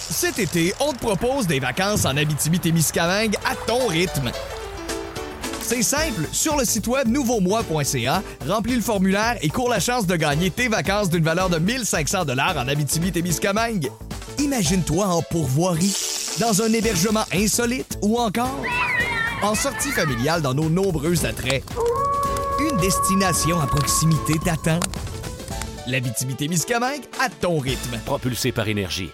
Cet été, on te propose des vacances en Abitibi-Témiscamingue à ton rythme. C'est simple, sur le site web nouveaumois.ca, remplis le formulaire et cours la chance de gagner tes vacances d'une valeur de 1 500 $ en Abitibi-Témiscamingue. Imagine-toi en pourvoirie, dans un hébergement insolite ou encore en sortie familiale dans nos nombreux attraits. Une destination à proximité t'attend. L'Abitibi-Témiscamingue à ton rythme. Propulsé par Énergie.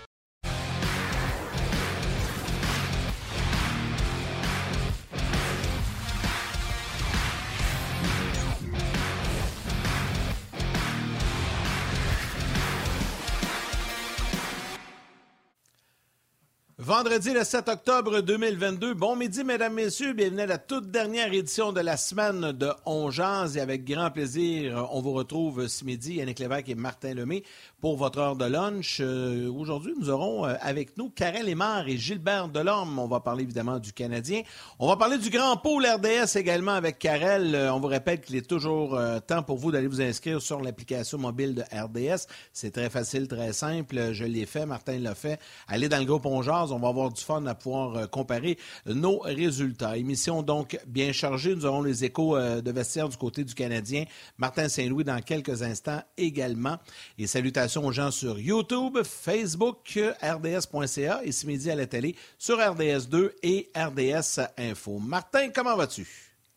Vendredi le 7 octobre 2022. Bon midi, mesdames, messieurs. Bienvenue à la toute dernière édition de la semaine de On Jase. Et avec grand plaisir, on vous retrouve ce midi, Yannick Lévesque et Martin Lemay, pour votre heure de lunch. Aujourd'hui, nous aurons avec nous Karel Émard et Gilbert Delorme. On va parler évidemment du Canadien. On va parler du Grand Pôle RDS également avec Karel. On vous répète qu'il est toujours temps pour vous d'aller vous inscrire sur l'application mobile de RDS. C'est très facile, très simple. Je l'ai fait, Martin l'a fait. Allez dans le groupe On Jase. On va avoir du fun à pouvoir comparer nos résultats. Émission donc bien chargée. Nous aurons les échos de vestiaire du côté du Canadien. Martin Saint-Louis dans quelques instants également. Et salutations aux gens sur YouTube, Facebook, RDS.ca et ce midi à la télé sur RDS2 et RDS Info. Martin, comment vas-tu?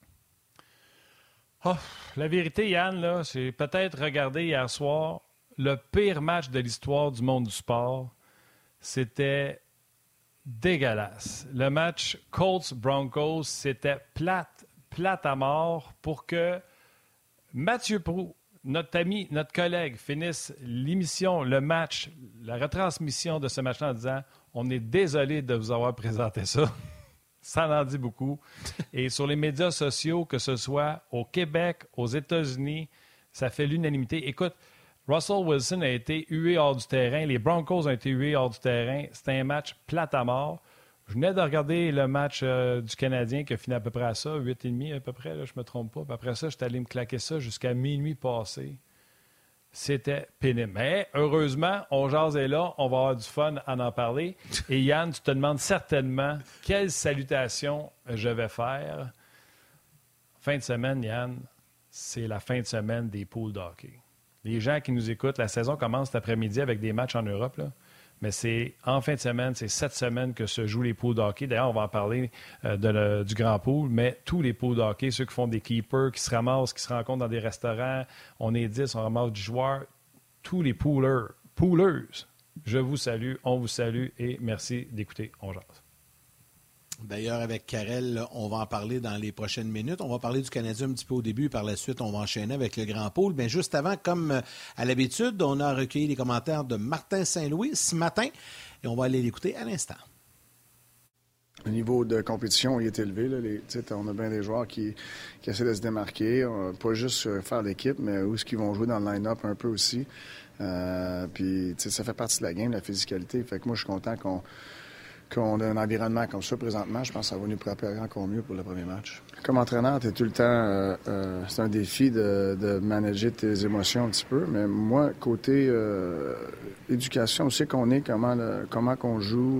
Oh, la vérité, Yann, là, c'est peut-être regarder hier soir le pire match de l'histoire du monde du sport. C'était dégueulasse. Le match Colts-Broncos, c'était plate à mort pour que Mathieu Proulx, notre ami, notre collègue, finisse l'émission, le match, la retransmission de ce match-là en disant « On est désolé de vous avoir présenté ça. » Ça en dit beaucoup. Et sur les médias sociaux, que ce soit au Québec, aux États-Unis, ça fait l'unanimité. Écoute, Russell Wilson a été hué hors du terrain. Les Broncos ont été hués hors du terrain. C'était un match plate à mort. Je venais de regarder le match du Canadien qui a fini à peu près à ça, 8,5 à peu près, là, je ne me trompe pas. Puis après ça, j'étais allé me claquer ça jusqu'à minuit passé. C'était pénible. Mais heureusement, On Jase est là. On va avoir du fun à en parler. Et Yann, tu te demandes certainement quelle salutation je vais faire. Fin de semaine, Yann, c'est la fin de semaine des poules de hockey. Les gens qui nous écoutent, la saison commence cet après-midi avec des matchs en Europe, là. Mais c'est en fin de semaine, c'est cette semaine que se jouent les poules de hockey. D'ailleurs, on va en parler du Grand Pool, mais tous les poules de hockey, ceux qui font des keepers, qui se ramassent, qui se rencontrent dans des restaurants, on est 10, on ramasse du joueur, tous les poolers, je vous salue, on vous salue et merci d'écouter On Jase. D'ailleurs, avec Karel, on va en parler dans les prochaines minutes. On va parler du Canadien un petit peu au début. Par la suite, on va enchaîner avec le Grand Pôle. Mais juste avant, comme à l'habitude, on a recueilli les commentaires de Martin Saint-Louis ce matin et on va aller l'écouter à l'instant. Le niveau de compétition il est élevé. Là. On a bien des joueurs qui essaient de se démarquer. Pas juste faire l'équipe, mais où est-ce qu'ils vont jouer dans le line-up un peu aussi. Puis ça fait partie de la game, la physicalité. Fait que moi, je suis content qu'on a un environnement comme ça présentement. Je pense que ça va nous préparer encore mieux pour le premier match. Comme entraîneur, tu es tout le temps... c'est un défi de manager tes émotions un petit peu. Mais moi, côté éducation, on sait qu'on est, comment qu'on joue.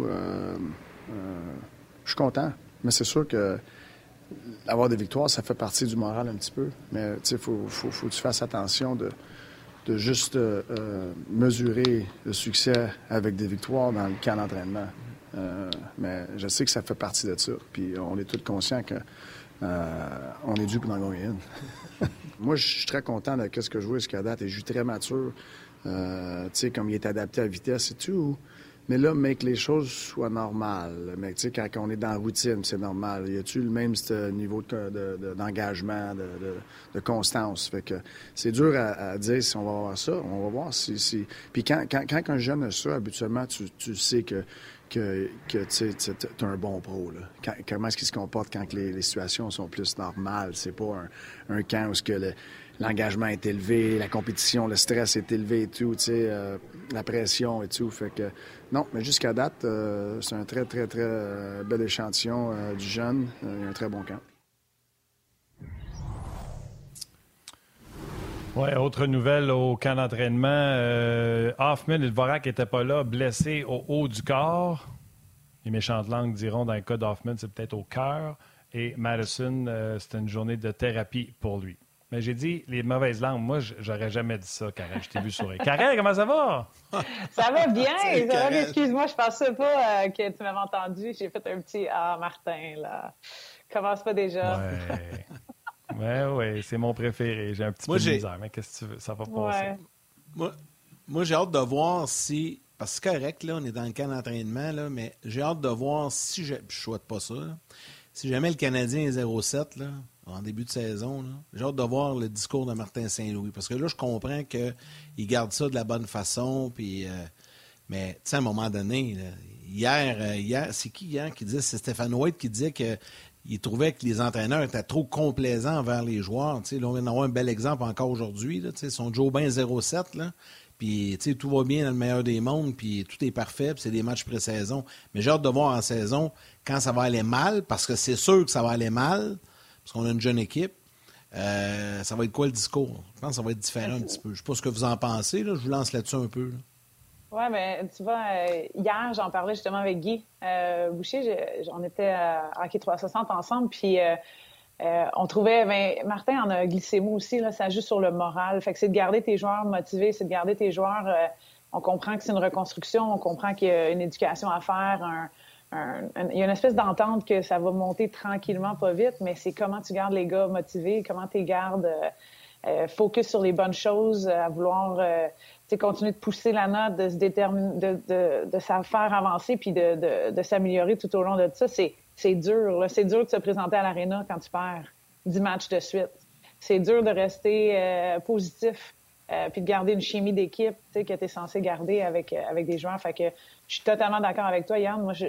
Je suis content. Mais c'est sûr que avoir des victoires, ça fait partie du moral un petit peu. Mais il faut que tu fasses attention de juste mesurer le succès avec des victoires dans le camp d'entraînement. Mais je sais que ça fait partie de ça. Puis on est tous conscients qu'on est dû pour en gagner une. Moi, je suis très content de ce que je vois jusqu'à date et je suis très mature. Comme il est adapté à la vitesse et tout. Mais là, que les choses soient normales. Mais quand on est dans la routine, c'est normal. Y a-tu le même niveau d'engagement, de constance? Fait que c'est dur à dire si on va avoir ça. On va voir si... Puis quand un jeune a ça, habituellement, tu sais que tu es un bon pro. Là. Comment est-ce qu'il se comporte quand les situations sont plus normales? C'est pas un camp où l'engagement est élevé, la compétition, le stress est élevé et tout, la pression et tout. Fait que non, mais jusqu'à date, c'est un très, très, très bel échantillon du jeune. Il y a un très bon camp. Ouais, autre nouvelle au camp d'entraînement. Hoffman et Dvorak n'étaient pas là, blessés au haut du corps. Les méchantes langues diront dans le cas d'Hoffman, c'est peut-être au cœur. Et Madison, c'était une journée de thérapie pour lui. Mais j'ai dit les mauvaises langues. Moi, j'aurais jamais dit ça, Karel. Je t'ai vu sourire. Karel, comment ça va? Ça va bien. Ça va bien. Karel. Excuse-moi, je pensais pas que tu m'avais entendu. J'ai fait un petit « Ah, Martin, là. Commence pas déjà. » Ouais, c'est mon préféré. J'ai un petit peu de misère, mais qu'est-ce que tu veux? Ça va passer. Ouais. Moi, j'ai hâte de voir si... Parce que c'est correct, là, on est dans le camp d'entraînement, là, mais j'ai hâte de voir si... Je ne souhaite pas ça, là. Si jamais le Canadien est 0-7, là, en début de saison, là, j'ai hâte de voir le discours de Martin Saint-Louis. Parce que là, je comprends qu'il garde ça de la bonne façon, puis... mais, tu sais, à un moment donné, là, hier, c'est qui hier qui disait? C'est Stéphane White qui disait qu'il trouvait que les entraîneurs étaient trop complaisants envers les joueurs. Tu sais, là, on vient d'avoir un bel exemple encore aujourd'hui. Là, tu sais, son Joe Bain 0-7, là. Puis, tu sais, tout va bien dans le meilleur des mondes, puis tout est parfait, puis c'est des matchs pré-saison. Mais j'ai hâte de voir en saison quand ça va aller mal, parce que c'est sûr que ça va aller mal, parce qu'on a une jeune équipe. Ça va être quoi le discours? Je pense que ça va être différent un petit peu. Je ne sais pas ce que vous en pensez, là. Je vous lance là-dessus un peu. Oui, mais tu vois, hier, j'en parlais justement avec Guy Boucher. On était à Hockey 360 ensemble, puis on trouvait... Martin en a glissé mot aussi, là, ça joue sur le moral. Fait que c'est de garder tes joueurs motivés, c'est de garder tes joueurs... on comprend que c'est une reconstruction, on comprend qu'il y a une éducation à faire, il y a une espèce d'entente que ça va monter tranquillement, pas vite, mais c'est comment tu gardes les gars motivés, comment tu les gardes focus sur les bonnes choses, à vouloir continuer de pousser la note, de se déterminer, de se faire avancer puis de s'améliorer tout au long de ça. C'est dur, là. C'est dur de se présenter à l'aréna quand tu perds 10 matchs de suite. C'est dur de rester positif puis de garder une chimie d'équipe que tu es censé garder avec des joueurs. Fait que je suis totalement d'accord avec toi, Yann. Moi,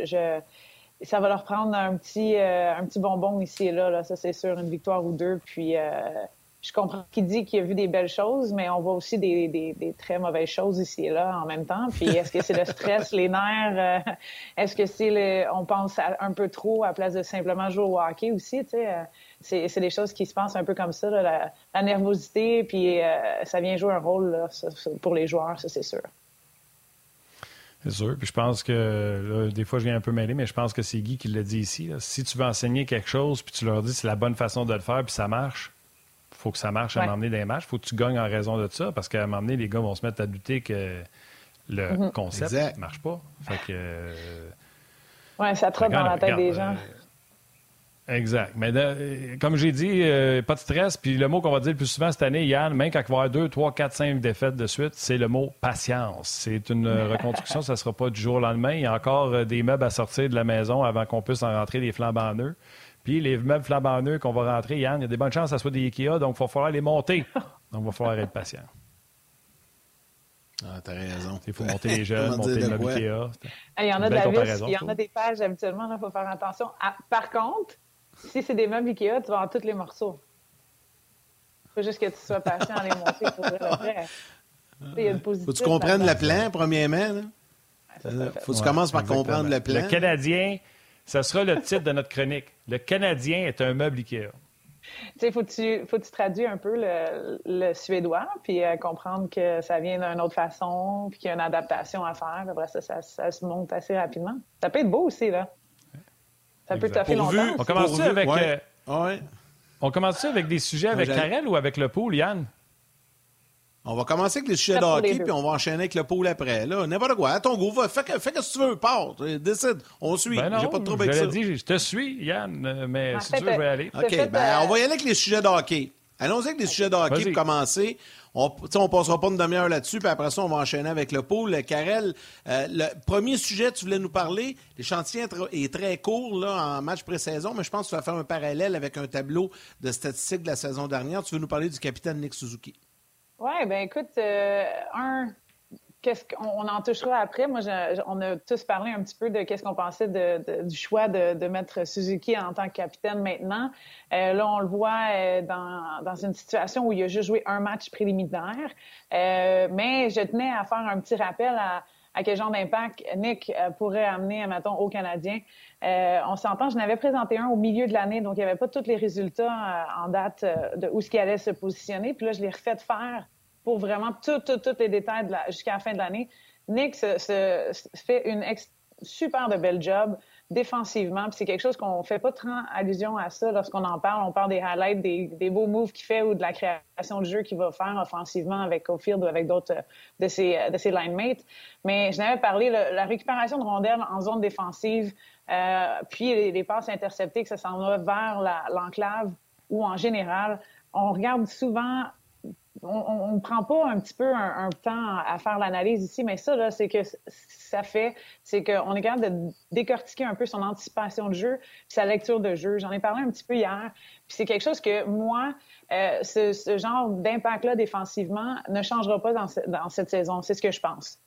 ça va leur prendre un petit bonbon ici et là. Ça, c'est sûr, une victoire ou deux. Puis je comprends qu'il dit qu'il a vu des belles choses, mais on voit aussi des très mauvaises choses ici et là en même temps. Puis est-ce que c'est le stress, les nerfs? Est-ce que on pense un peu trop à place de simplement jouer au hockey aussi? C'est des choses qui se passent un peu comme ça, là, la nervosité, puis ça vient jouer un rôle là, pour les joueurs, ça c'est sûr. C'est sûr. Puis je pense que, là, des fois, je viens un peu mêlé, mais je pense que c'est Guy qui l'a dit ici. Là. Si tu veux enseigner quelque chose, puis tu leur dis que c'est la bonne façon de le faire, puis ça marche, il faut que ça marche à m'emmener des matchs. Il faut que tu gagnes en raison de ça, parce qu'à m'emmener, les gars vont se mettre à douter que le concept ne marche pas. Fait que... oui, ça trotte dans la tête des gens. Exact. Mais comme j'ai dit, pas de stress. Puis le mot qu'on va dire le plus souvent cette année, Yann, même quand il va y avoir 2, 3, 4, 5 défaites de suite, c'est le mot patience. C'est une reconstruction, ça ne sera pas du jour au lendemain. Il y a encore des meubles à sortir de la maison avant qu'on puisse en rentrer des flambants neufs. Puis les meubles flambants neufs qu'on va rentrer, Yann, il y a des bonnes chances que ça soit des Ikea, donc il va falloir les monter. Donc il va falloir être patient. Ah, t'as raison. Il faut monter les jeunes, monter les meubles Ikea. Il y en a de la vis, il y en a des pages habituellement, il faut faire attention. Par contre, si c'est des meubles Ikea, tu vas avoir tous les morceaux. Il faut juste que tu sois patient à les monter pour le vrai. Il y a une positif. Faut que tu comprennes le plan, premièrement. Faut que tu commences par comprendre le plan. Le Canadien, ce sera le titre de notre chronique. Le Canadien est un meuble Ikea. Tu sais, faut que tu traduis un peu le suédois, puis comprendre que ça vient d'une autre façon, puis qu'il y a une adaptation à faire. Après ça se monte assez rapidement. Ça peut être beau aussi, là. Ça peut te faire longtemps. On commence avec... On commence avec des sujets avec Karel ou avec le pool, Yann? On va commencer avec les sujets de hockey, puis on va enchaîner avec le pool après. Là, n'importe quoi. À ton goût, fais que tu veux, pars. Décide. On suit. Ben j'ai pas de trouble avec ça. Je te suis, Yann, mais si tu veux, je vais aller. OK, on va y aller avec les sujets de hockey. Allons-y avec les sujets de hockey pour commencer. On passera pas une demi-heure là-dessus, puis après ça, on va enchaîner avec le pool. Karel, le premier sujet, tu voulais nous parler. L'échantillon est très court là, en match pré-saison, mais je pense que tu vas faire un parallèle avec un tableau de statistiques de la saison dernière. Tu veux nous parler du capitaine Nick Suzuki. Oui, bien écoute, qu'est-ce qu'on en touchera après. Moi, on a tous parlé un petit peu de qu'est-ce qu'on pensait du choix de mettre Suzuki en tant que capitaine maintenant. Là, on le voit dans une situation où il a juste joué un match préliminaire. Mais je tenais à faire un petit rappel à à quel genre d'impact Nick pourrait amener, mettons, aux Canadiens. On s'entend, je n'avais présenté un au milieu de l'année, donc il n'y avait pas tous les résultats en date de où ce qui allait se positionner. Puis là, je l'ai refait faire pour vraiment tous les détails jusqu'à la fin de l'année. Nick fait une super de belle job défensivement. Puis c'est quelque chose qu'on fait pas tant allusion à ça lorsqu'on en parle. On parle des highlights, des beaux moves qu'il fait ou de la création de jeu qu'il va faire offensivement avec Caulfield ou avec d'autres de ses line-mates. Mais je n'avais parlé, la récupération de rondelles en zone défensive, puis les passes interceptées, que ça s'en va vers l'enclave ou en général. On regarde souvent... On ne prend pas un petit peu un temps à faire l'analyse ici, mais ça, là, c'est que ça fait, c'est qu'on est capable de décortiquer un peu son anticipation de jeu puis sa lecture de jeu. J'en ai parlé un petit peu hier, puis c'est quelque chose que moi, ce genre d'impact-là défensivement ne changera pas dans cette saison. C'est ce que je pense.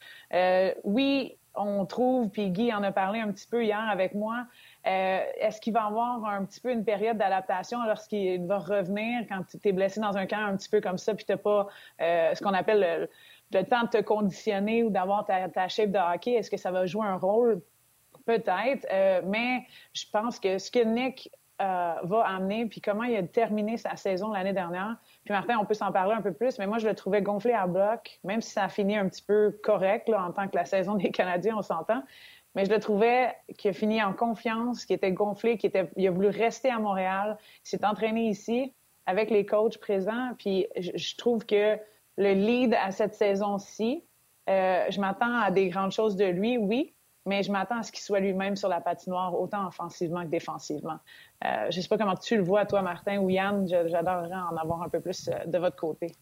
Oui, on trouve, puis Guy en a parlé un petit peu hier avec moi, est-ce qu'il va avoir un petit peu une période d'adaptation lorsqu'il va revenir quand tu es blessé dans un camp un petit peu comme ça puis tu n'as pas ce qu'on appelle le temps de te conditionner ou d'avoir ta shape de hockey? Est-ce que ça va jouer un rôle? Peut-être, mais je pense que ce que Nick va amener puis comment il a terminé sa saison l'année dernière, puis Martin, on peut s'en parler un peu plus, mais moi, je le trouvais gonflé à bloc, même si ça a fini un petit peu correct là, en tant que la saison des Canadiens, on s'entend. Mais je le trouvais qu'il a fini en confiance, qu'il était gonflé, il a voulu rester à Montréal. Il s'est entraîné ici avec les coachs présents. Puis je trouve que le lead à cette saison-ci, je m'attends à des grandes choses de lui, oui, mais je m'attends à ce qu'il soit lui-même sur la patinoire, autant offensivement que défensivement. Je ne sais pas comment tu le vois, toi, Martin ou Yann. J'adorerais en avoir un peu plus de votre côté.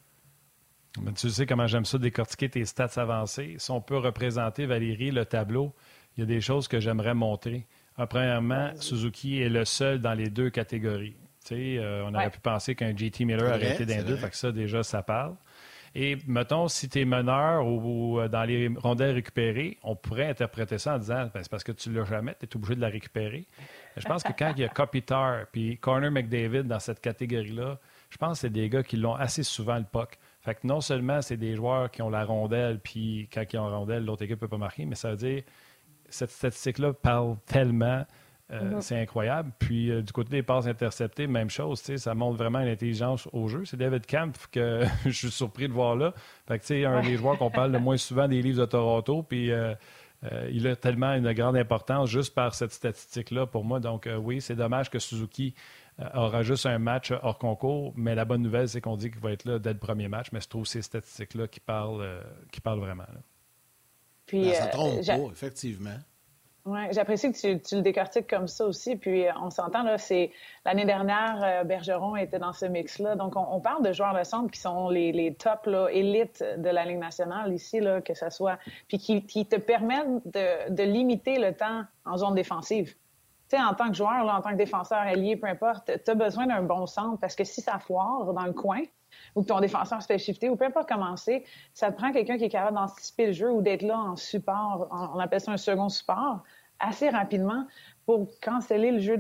Mais tu sais comment j'aime ça, décortiquer tes stats avancées. Si on peut représenter, Valérie, le tableau, il y a des choses que j'aimerais montrer. Premièrement, Suzuki est le seul dans les deux catégories. On aurait pu penser qu'un JT Miller aurait été dans les deux, fait que ça, déjà, ça parle. Et mettons, si tu es meneur ou dans les rondelles récupérées, on pourrait interpréter ça en disant c'est parce que tu ne l'as jamais, tu es obligé de la récupérer. Mais je pense que quand il y a Kopitar puis Connor McDavid dans cette catégorie-là, je pense que c'est des gars qui l'ont assez souvent le puck. Fait que non seulement c'est des joueurs qui ont la rondelle, puis quand ils ont la rondelle, l'autre équipe ne peut pas marquer, mais ça veut dire cette statistique-là parle tellement, c'est incroyable. Puis du côté des passes interceptées, même chose, ça montre vraiment une intelligence au jeu. C'est David Kampf que je suis surpris de voir là. Fait que tu sais, un des joueurs qu'on parle le moins souvent des livres de Toronto, puis il a tellement une grande importance juste par cette statistique-là pour moi. Donc oui, c'est dommage que Suzuki aura juste un match hors concours, mais la bonne nouvelle, c'est qu'on dit qu'il va être là dès le premier match, mais je trouve ces statistiques-là qui parlent vraiment. Là. Puis, ça ne trompe pas, effectivement. Oui, j'apprécie que tu le décortiques comme ça aussi. Puis, on s'entend, là, c'est l'année dernière, Bergeron était dans ce mix-là. Donc, on parle de joueurs de centre qui sont les top là, élites de la Ligue nationale ici, là, que ce soit... Puis qui te permettent de limiter le temps en zone défensive. Tu sais, en tant que joueur, là, en tant que défenseur allié, peu importe, tu as besoin d'un bon centre parce que si ça foire dans le coin ou que ton défenseur se fait shifter ou peu importe comment c'est, ça te prend quelqu'un qui est capable d'anticiper le jeu ou d'être là en support, on appelle ça un second support, assez rapidement pour canceller le jeu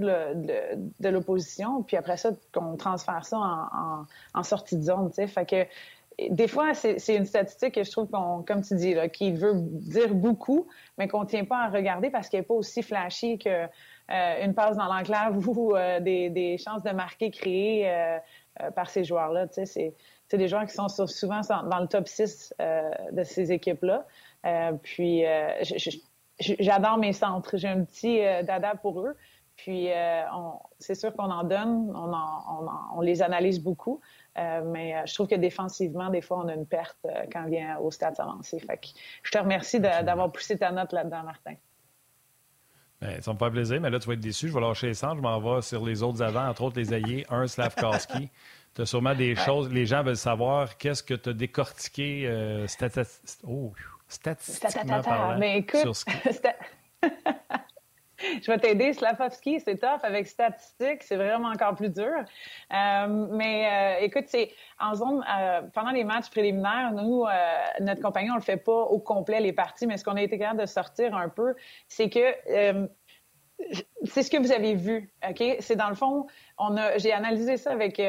de l'opposition. Puis après ça, qu'on transfère ça en sortie de zone, tu sais. Fait que des fois, c'est une statistique que je trouve comme tu dis, là, qui veut dire beaucoup, mais qu'on ne tient pas à regarder parce qu'elle n'est pas aussi flashy que une passe dans l'enclave ou des chances de marquer créées par ces joueurs-là. Tu sais, c'est des joueurs qui sont souvent dans le top 6 de ces équipes-là. Puis, j'adore mes centres. J'ai un petit dada pour eux. Puis, c'est sûr qu'on en donne, on les analyse beaucoup, mais je trouve que défensivement, des fois, on a une perte quand on vient aux stats avancés. Fait que je te remercie d'avoir poussé ta note là-dedans, Martin. Bien, ça me fait plaisir, mais là, tu vas être déçu. Je vais lâcher les centres. Je m'en vais sur les autres avant, entre autres les ailiers. Slavkovski. Tu as sûrement des choses. Les gens veulent savoir qu'est-ce que tu as décortiqué statistiquement parlant. Mais écoute, je vais t'aider. Slavkovski, c'est tough. Avec statistiques, c'est vraiment encore plus dur. Écoute, c'est en zone, pendant les matchs préliminaires, nous, notre compagnie, on le fait pas au complet, les parties, mais ce qu'on a été capable de sortir un peu, c'est que c'est ce que vous avez vu, OK? C'est dans le fond, j'ai analysé ça avec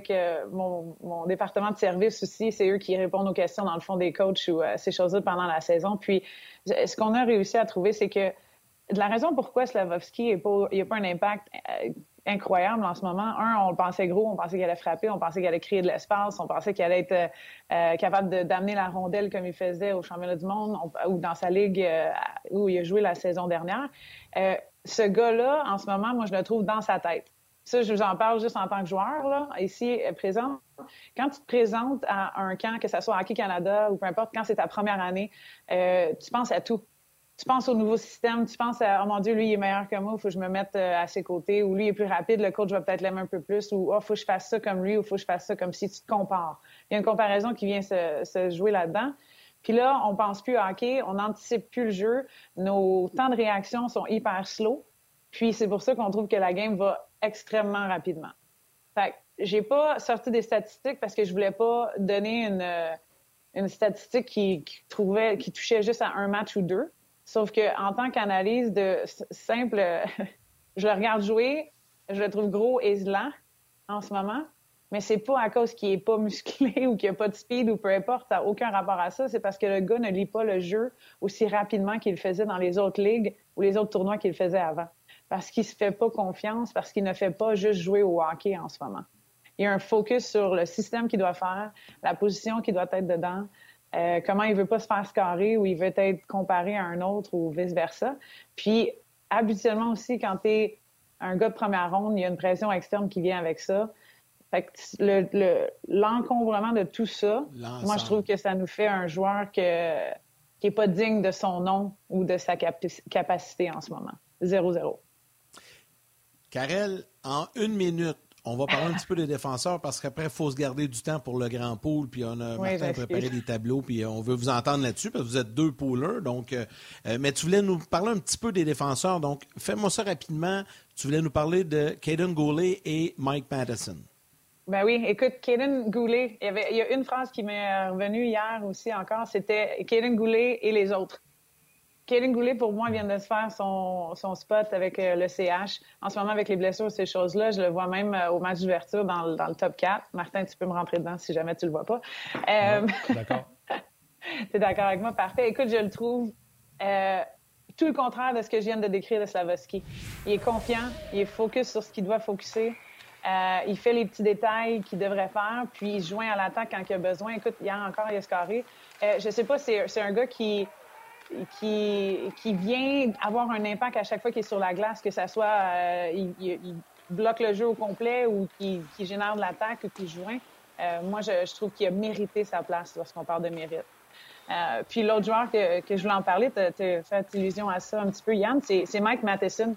mon département de service aussi. C'est eux qui répondent aux questions, dans le fond, des coachs ou ces choses-là pendant la saison. Puis, ce qu'on a réussi à trouver, c'est que la raison pourquoi Slafkovský il n'y a pas un impact incroyable en ce moment. On le pensait gros, on pensait qu'il allait frapper, on pensait qu'il allait créer de l'espace, on pensait qu'il allait être capable d'amener la rondelle comme il faisait au championnat du monde ou dans sa ligue où il a joué la saison dernière. Ce gars-là, en ce moment, moi, je le trouve dans sa tête. Ça, je vous en parle juste en tant que joueur, là, ici, présent. Quand tu te présentes à un camp, que ce soit Hockey Canada ou peu importe, quand c'est ta première année, tu penses à tout. Tu penses au nouveau système, tu penses à « Oh mon Dieu, lui, il est meilleur que moi, il faut que je me mette à ses côtés » ou « Lui, il est plus rapide, le coach va peut-être l'aimer un peu plus » ou « Oh, il faut que je fasse ça comme lui » ou « Il faut que je fasse ça comme si tu te compares ». Il y a une comparaison qui vient se jouer là-dedans. Puis là, on pense plus à hockey, on n'anticipe plus le jeu, nos temps de réaction sont hyper slow, puis c'est pour ça qu'on trouve que la game va extrêmement rapidement. Fait que j'ai pas sorti des statistiques parce que je voulais pas donner une statistique qui touchait juste à un match ou deux. Sauf que en tant qu'analyse de simple, je le regarde jouer, je le trouve gros et lent en ce moment. Mais c'est pas à cause qu'il est pas musclé ou qu'il a pas de speed ou peu importe, ça n'a aucun rapport à ça. C'est parce que le gars ne lit pas le jeu aussi rapidement qu'il le faisait dans les autres ligues ou les autres tournois qu'il faisait avant. Parce qu'il se fait pas confiance, parce qu'il ne fait pas juste jouer au hockey en ce moment. Il y a un focus sur le système qu'il doit faire, la position qu'il doit être dedans, comment il veut pas se faire scorer ou il veut être comparé à un autre ou vice-versa. Puis, habituellement aussi, quand tu es un gars de première ronde, il y a une pression externe qui vient avec ça. Fait que l'encombrement de tout ça, moi, je trouve que ça nous fait un joueur qui est pas digne de son nom ou de sa capacité en ce moment. 0-0. Karel, en 1 minute, on va parler un petit peu des défenseurs parce qu'après, il faut se garder du temps pour le grand pool. Puis on a Martin préparé des tableaux, puis on veut vous entendre là-dessus parce que vous êtes 2 poolers. Donc, mais tu voulais nous parler un petit peu des défenseurs. Donc, fais-moi ça rapidement. Tu voulais nous parler de Kaiden Guhle et Mike Matheson. Ben oui, écoute, Kaiden Guhle, il y a une phrase qui m'est revenue hier aussi encore, c'était Kaiden Guhle et les autres. Kaiden Guhle, pour moi, vient de se faire son spot avec le CH. En ce moment, avec les blessures, ces choses-là, je le vois même au match d'ouverture dans le top 4. Martin, tu peux me rentrer dedans si jamais tu le vois pas. D'accord. Tu es d'accord avec moi? Parfait. Écoute, je le trouve tout le contraire de ce que je viens de décrire de Slafkovský. Il est confiant, il est focus sur ce qu'il doit focuser. Il fait les petits détails qu'il devrait faire, puis il se joint à l'attaque quand il a besoin. Écoute, hier encore, il a scoré. Je sais pas, c'est un gars qui vient avoir un impact à chaque fois qu'il est sur la glace, que ça soit il bloque le jeu au complet ou qu'il génère de l'attaque ou qu'il joint. Moi, je trouve qu'il a mérité sa place lorsqu'on parle de mérite. Puis l'autre joueur que je voulais en parler, tu as fait allusion à ça un petit peu, Yann, c'est Mike Matheson.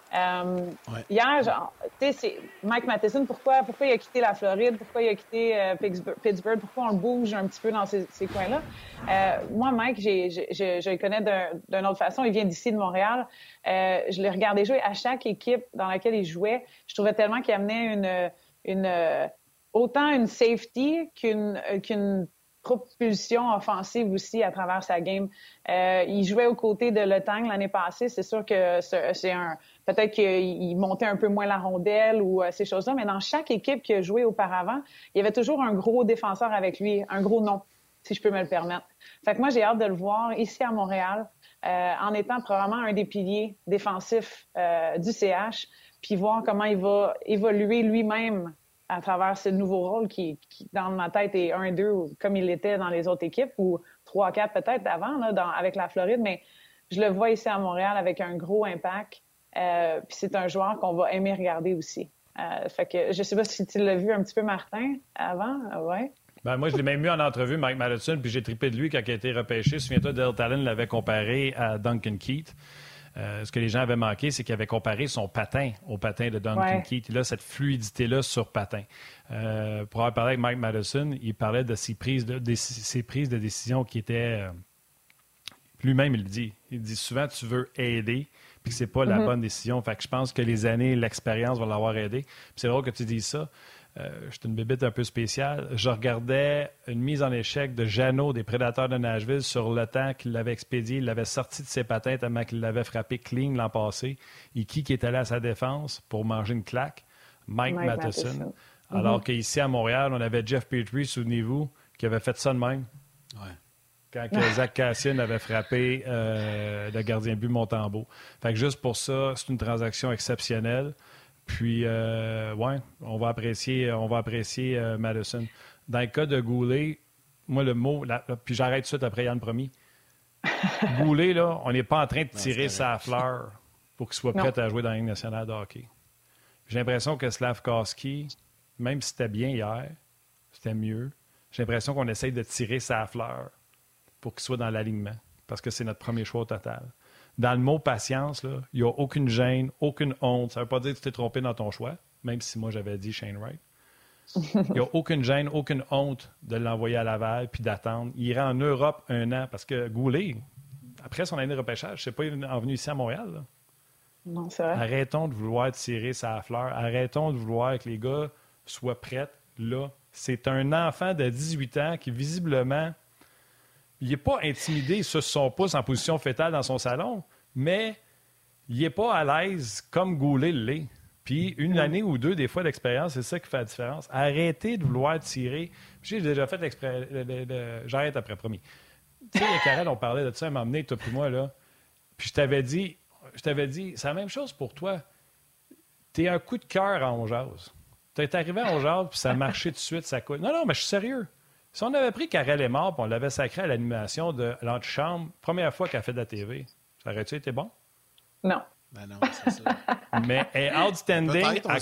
Hier, c'est Mike Matheson, pourquoi il a quitté la Floride, pourquoi il a quitté Pittsburgh, pourquoi on le bouge un petit peu dans ces coins-là. Moi, Mike, je le connais d'une autre façon. Il vient d'ici, de Montréal. Je l'ai regardé jouer à chaque équipe dans laquelle il jouait. Je trouvais tellement qu'il amenait autant une safety qu'une propulsion offensive aussi à travers sa game. Il jouait aux côtés de Letang l'année passée. C'est sûr que peut-être qu'il montait un peu moins la rondelle ou ces choses-là, mais dans chaque équipe qu'il a joué auparavant, il y avait toujours un gros défenseur avec lui, un gros nom, si je peux me le permettre. Fait que moi, j'ai hâte de le voir ici à Montréal, en étant probablement un des piliers défensifs du CH, puis voir comment il va évoluer lui-même à travers ce nouveau rôle qui dans ma tête, est 1-2, comme il l'était dans les autres équipes, ou 3-4 peut-être avant, là, avec la Floride, mais je le vois ici à Montréal avec un gros impact. Puis c'est un joueur qu'on va aimer regarder aussi. Fait que je sais pas si tu l'as vu un petit peu, Martin, avant. Ouais. Ben, moi, je l'ai même eu en entrevue, Mike Matheson, puis j'ai trippé de lui quand il a été repêché. Souviens-toi, Dale Talon l'avait comparé à Duncan Keith. Ce que les gens avaient manqué, c'est qu'il avait comparé son patin au patin de Duncan Keith. Il a cette fluidité-là sur patin. Pour avoir parlé avec Mike Matheson, il parlait de ses prises de décision qui étaient... lui-même, il le dit. Il dit souvent, tu veux aider, puis que c'est pas la bonne décision. Fait que je pense que les années, l'expérience vont l'avoir aidé. Puis c'est drôle que tu dises ça. j'étais une bébête un peu spéciale. Je regardais une mise en échec de Jeannot des Prédateurs de Nashville sur le temps qu'il l'avait expédié. Il l'avait sorti de ses patins tellement qu'il l'avait frappé clean l'an passé. Et qui est allé à sa défense pour manger une claque? Mike Matheson. Alors qu'ici, à Montréal, on avait Jeff Petrie, souvenez-vous, qui avait fait ça de même. Ouais. Quand Zach Cassian avait frappé le gardien de but Montembeault. Fait que juste pour ça, c'est une transaction exceptionnelle. Puis, on va apprécier Matheson. Dans le cas de Goulet, moi, le mot, puis j'arrête tout de suite après Yann Promis. Goulet, là, on n'est pas en train de tirer sa fleur pour qu'il soit prêt à jouer dans la Ligue nationale de hockey. J'ai l'impression que Slafkovský, même si c'était bien hier, c'était mieux. J'ai l'impression qu'on essaye de tirer sa fleur pour qu'il soit dans l'alignement, parce que c'est notre premier choix au total. Dans le mot patience, il n'y a aucune gêne, aucune honte. Ça ne veut pas dire que tu t'es trompé dans ton choix, même si moi j'avais dit Shane Wright. Il n'y a aucune gêne, aucune honte de l'envoyer à Laval puis d'attendre. Il ira en Europe 1 an, parce que Goulet, après son année de repêchage, c'est pas venu ici à Montréal. Là. Non, c'est vrai. Arrêtons de vouloir tirer sa fleur. Arrêtons de vouloir que les gars soient prêts là. C'est un enfant de 18 ans qui, visiblement, il n'est pas intimidé sur son pouce en position fétale dans son salon, mais il n'est pas à l'aise comme Goulet l'est. Puis une année ou deux, des fois, d'expérience, c'est ça qui fait la différence. Arrêtez de vouloir tirer. J'ai déjà fait j'arrête après, promis. Tu sais, Karel, on parlait de ça, elle m'a emmené, toi puis moi, là. Puis je t'avais dit, c'est la même chose pour toi. T'es un coup de cœur à On Jase. T'es arrivé à On Jase, puis ça a marché tout de suite, ça coûte. Non, mais je suis sérieux. Si on avait pris Karel est mort puis on l'avait sacré à l'animation de l'antichambre, première fois qu'elle a fait de la TV, ça aurait-tu été bon? Non. Ben non, c'est ça. Mais elle est outstanding. Elle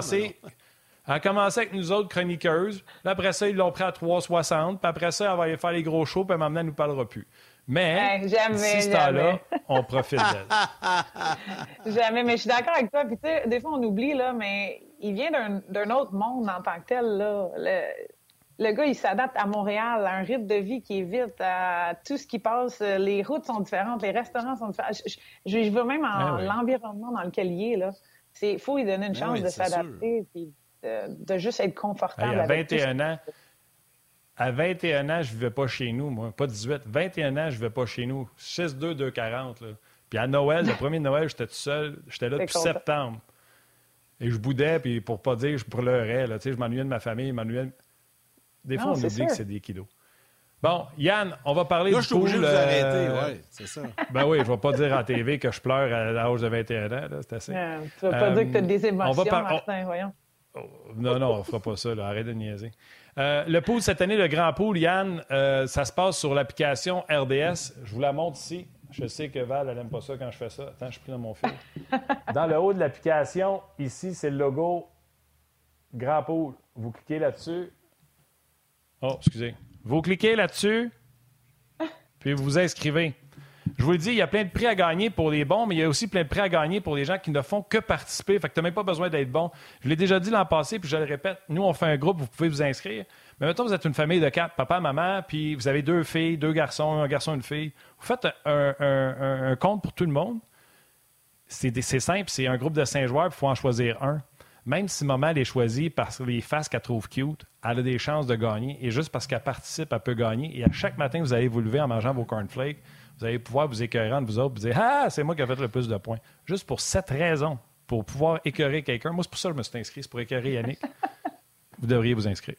a commencé avec nous autres chroniqueuses. Puis après ça, ils l'ont pris à 3,60. Puis après ça, elle va aller faire les gros shows. Puis maintenant, elle ne nous parlera plus. Mais d'ici ce temps-là, on profite d'elle. Jamais. Mais je suis d'accord avec toi. Puis tu sais, des fois, on oublie, là, mais il vient d'un autre monde en tant que tel, là. Le gars, il s'adapte à Montréal, à un rythme de vie qui est vite, à tout ce qui passe. Les routes sont différentes, les restaurants sont différents. Je veux même l'environnement dans lequel il est, là. Il faut lui donner une chance de s'adapter et de juste être confortable. À 21 ans, je ne vivais pas chez nous, moi. Pas 18. 21 ans, je ne vivais pas chez nous. 6-2, 2-40. Là. Puis à Noël, le premier Noël, j'étais tout seul. J'étais là depuis septembre. Et je boudais, puis pour pas dire que je pleurais. Là, je m'ennuyais de ma famille, Des fois, on oublie que c'est des kilos. Bon, Yann, on va parler là, du pool. Je suis obligé de vous arrêter, oui, c'est ça. Ben oui, je ne vais pas dire à TV que je pleure à l'âge de 21 ans. Là, c'est assez. Tu ne vas pas dire que tu as des émotions, Martin, voyons. Non, on ne fera pas ça. Là. Arrête de niaiser. Le pool cette année, le grand pool, Yann, ça se passe sur l'application RDS. Je vous la montre ici. Je sais que Val, elle n'aime pas ça quand je fais ça. Attends, je suis plus dans mon fil. Dans le haut de l'application, ici, c'est le logo Grand Pool. Vous cliquez là-dessus. Oh, excusez. Vous cliquez là-dessus, puis vous vous inscrivez. Je vous le dis, il y a plein de prix à gagner pour les bons, mais il y a aussi plein de prix à gagner pour les gens qui ne font que participer. Fait que tu n'as même pas besoin d'être bon. Je l'ai déjà dit l'an passé, puis je le répète. Nous, on fait un groupe, vous pouvez vous inscrire. Mais mettons, vous êtes une famille de 4, papa, maman, puis vous avez 2 filles, 2 garçons, un garçon, une fille. Vous faites un compte pour tout le monde. C'est simple, c'est un groupe de 5 joueurs, puis il faut en choisir un. Même si maman les choisit parce que les faces qu'elle trouve cute, elle a des chances de gagner. Et juste parce qu'elle participe, elle peut gagner. Et à chaque matin, vous allez vous lever en mangeant vos cornflakes. Vous allez pouvoir vous écœurer entre vous autres et vous dire « Ah, c'est moi qui ai fait le plus de points. » Juste pour cette raison, pour pouvoir écœurer quelqu'un. Moi, c'est pour ça que je me suis inscrit. C'est pour écœurer Yannick. Vous devriez vous inscrire.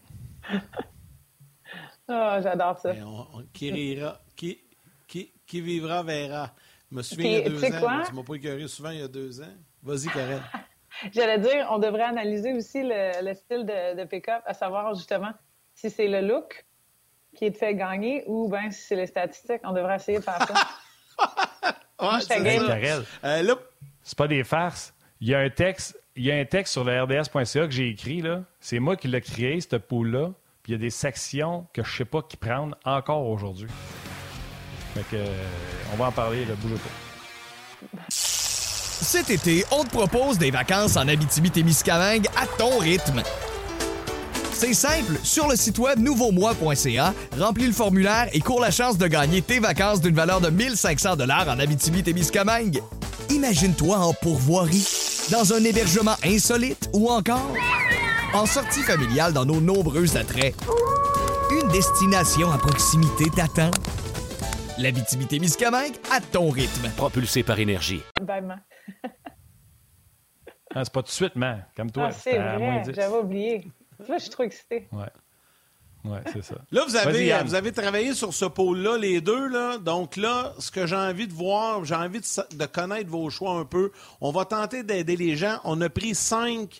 Oh, j'adore ça. Qui rira, qui vivra verra. Je me souviens il y a 2 ans. Tu ne m'as pas écœuré souvent il y a 2 ans. Vas-y, Karel. J'allais dire, on devrait analyser aussi le style de pick-up, à savoir justement si c'est le look qui te fait gagner ou bien si c'est les statistiques. On devrait essayer de faire ça. Karel, c'est pas des farces. Il y a un texte sur le rds.ca que j'ai écrit. Là. C'est moi qui l'ai créé, ce pool-là. Puis il y a des sections que je ne sais pas qui prendre encore aujourd'hui. Fait que, on va en parler, le bougez pas. Cet été, on te propose des vacances en Abitibi-Témiscamingue à ton rythme. C'est simple, sur le site web nouveaumois.ca, remplis le formulaire et cours la chance de gagner tes vacances d'une valeur de 1 500 $ en Abitibi-Témiscamingue. Imagine-toi en pourvoirie, dans un hébergement insolite ou encore en sortie familiale dans nos nombreux attraits. Une destination à proximité t'attend. L'Abitibi-Témiscamingue à ton rythme. Propulsé par Énergie. Vraiment. C'est pas tout de suite, man. Comme toi. C'est vrai, j'avais oublié. Là, je suis trop excitée. Ouais, c'est ça. Là, vous avez travaillé sur ce pôle-là, les deux. Là. Donc là, ce que j'ai envie de voir, j'ai envie de connaître vos choix un peu. On va tenter d'aider les gens. On a pris 5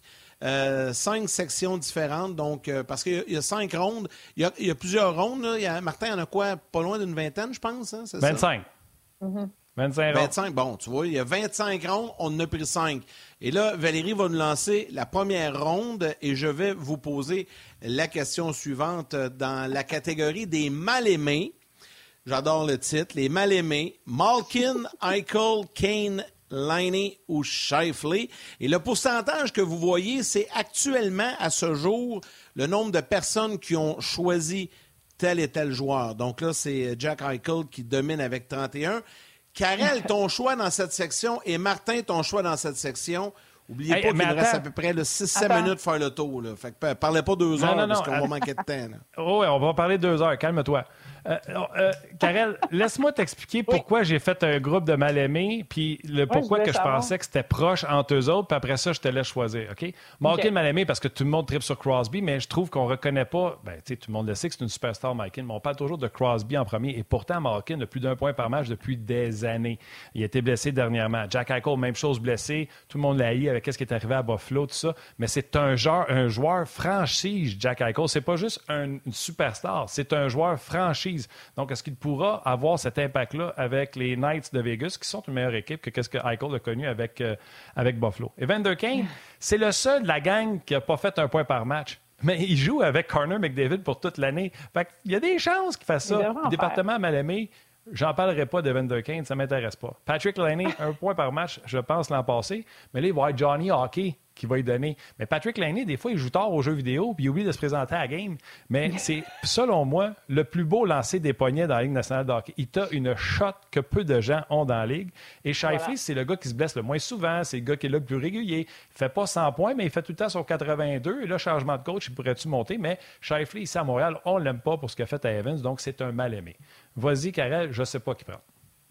sections différentes, donc parce qu'il y a 5 rondes. Il y a plusieurs rondes. Là. Martin, il y en a quoi? Pas loin d'une vingtaine, je pense. Hein? C'est 25. Ça? 25 rondes. 25, bon, tu vois, il y a 25 rondes, on en a pris 5. Et là, Valérie va nous lancer la première ronde et je vais vous poser la question suivante dans la catégorie des mal-aimés. J'adore le titre, les mal-aimés. Malkin, Eichel, Kane, Laine ou Scheifele. Et le pourcentage que vous voyez, c'est actuellement, à ce jour, le nombre de personnes qui ont choisi tel et tel joueur. Donc là, c'est Jack Eichel qui domine avec 31. Karel, ton choix dans cette section, et Martin, ton choix dans cette section. Oubliez pas qu'il nous reste à peu près 6-7 minutes pour faire le tour. Là. Fait que parlez pas 2 heures parce qu'on va manquer de temps. Là. Oui, on va parler 2 heures. Calme-toi. Karel, laisse-moi t'expliquer pourquoi j'ai fait un groupe de mal-aimés, puis pourquoi que je pensais que c'était proche entre eux autres, puis après ça, je te laisse choisir, OK? Malkin mal-aimé, parce que tout le monde tripe sur Crosby, mais je trouve qu'on reconnaît pas, tu sais, tout le monde le sait que c'est une superstar, Malkin, mais on parle toujours de Crosby en premier, et pourtant, Malkin a plus d'1 point par match depuis des années. Il a été blessé dernièrement. Jack Eichel, même chose, blessé. Tout le monde l'a haï avec ce qui est arrivé à Buffalo, tout ça, mais c'est un joueur franchise, Jack Eichel. C'est pas juste une superstar, c'est un joueur franchise. Donc, est-ce qu'il pourra avoir cet impact-là avec les Knights de Vegas, qui sont une meilleure équipe que ce que Eichel a connu avec Buffalo? Evander Kane, c'est le seul de la gang qui n'a pas fait 1 point par match. Mais il joue avec Connor McDavid pour toute l'année. Fait qu'il y a des chances qu'il fasse ça. Le département mal aimé, j'en parlerai pas d'Evander Kane, ça ne m'intéresse pas. Patrick Laine, 1 point par match, je pense, l'an passé. Mais là, il va y avoir Johnny Hockey qui va y donner. Mais Patrick Laine, des fois, il joue tard aux jeux vidéo puis il oublie de se présenter à la game. Mais c'est, selon moi, le plus beau lancer des poignets dans la Ligue nationale de hockey. Il a une shot que peu de gens ont dans la Ligue. Et Scheifele, c'est le gars qui se blesse le moins souvent. C'est le gars qui est là le plus régulier. Il fait pas 100 points, mais il fait tout le temps son 82. Et là, changement de coach, il pourrait-tu monter? Mais Scheifele, ici à Montréal, on l'aime pas pour ce qu'il a fait à Evans. Donc, c'est un mal-aimé. Vas-y, Karel, je sais pas qui prend.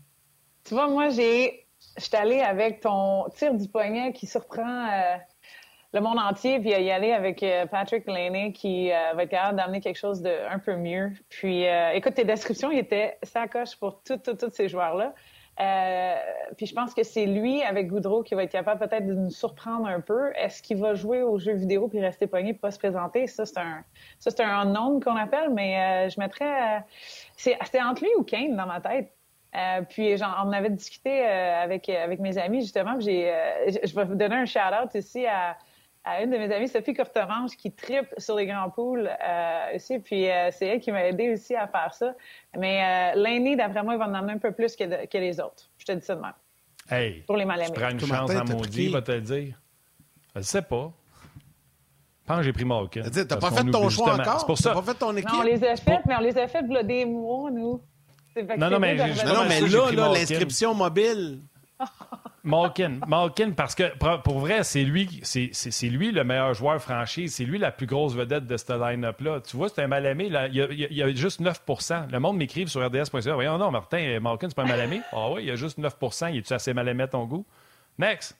Tu vois, moi, je suis allée avec ton tir du poignet qui surprend le monde entier, puis y aller avec Patrick Laine qui va être capable d'amener quelque chose de un peu mieux. Puis, écoute, tes descriptions, il était sacoche pour tous ces joueurs-là. Puis je pense que c'est lui, avec Goudreau, qui va être capable peut-être de nous surprendre un peu. Est-ce qu'il va jouer aux jeux vidéo puis rester pogné et pas se présenter? Ça, c'est un unknown qu'on appelle, mais je mettrais... C'était entre lui ou Kane dans ma tête. Puis on avait discuté avec mes amis, justement. Puis je vais vous donner un shout-out ici à une de mes amies, Sophie Courtemanche, qui trippe sur les grands pools aussi. Puis c'est elle qui m'a aidé aussi à faire ça. Mais Laine, d'après moi, il va en amener un peu plus que les autres. Je te dis ça de même. Hey, pour les mal-aimés. Tu prends une chance à maudit, va te le dire. Je ne sais pas. Je pense que j'ai pris Malkin. T'as pas fait ton choix encore? C'est pour ça. T'as pas fait ton équipe? Non, on les a fait, mais on les a fait il y a des mois, nous. Non, mais là, l'inscription mobile... Malkin, parce que pour vrai, c'est lui le meilleur joueur franchise. C'est lui la plus grosse vedette de ce line-up-là. Tu vois, c'est un mal-aimé. Il y a juste 9 %. Le monde m'écrive sur rds.ca. Voyons, non, Martin, Malkin, c'est pas un mal-aimé. Ah oui, il y a juste 9 %. Il est-tu assez mal-aimé à ton goût? Next!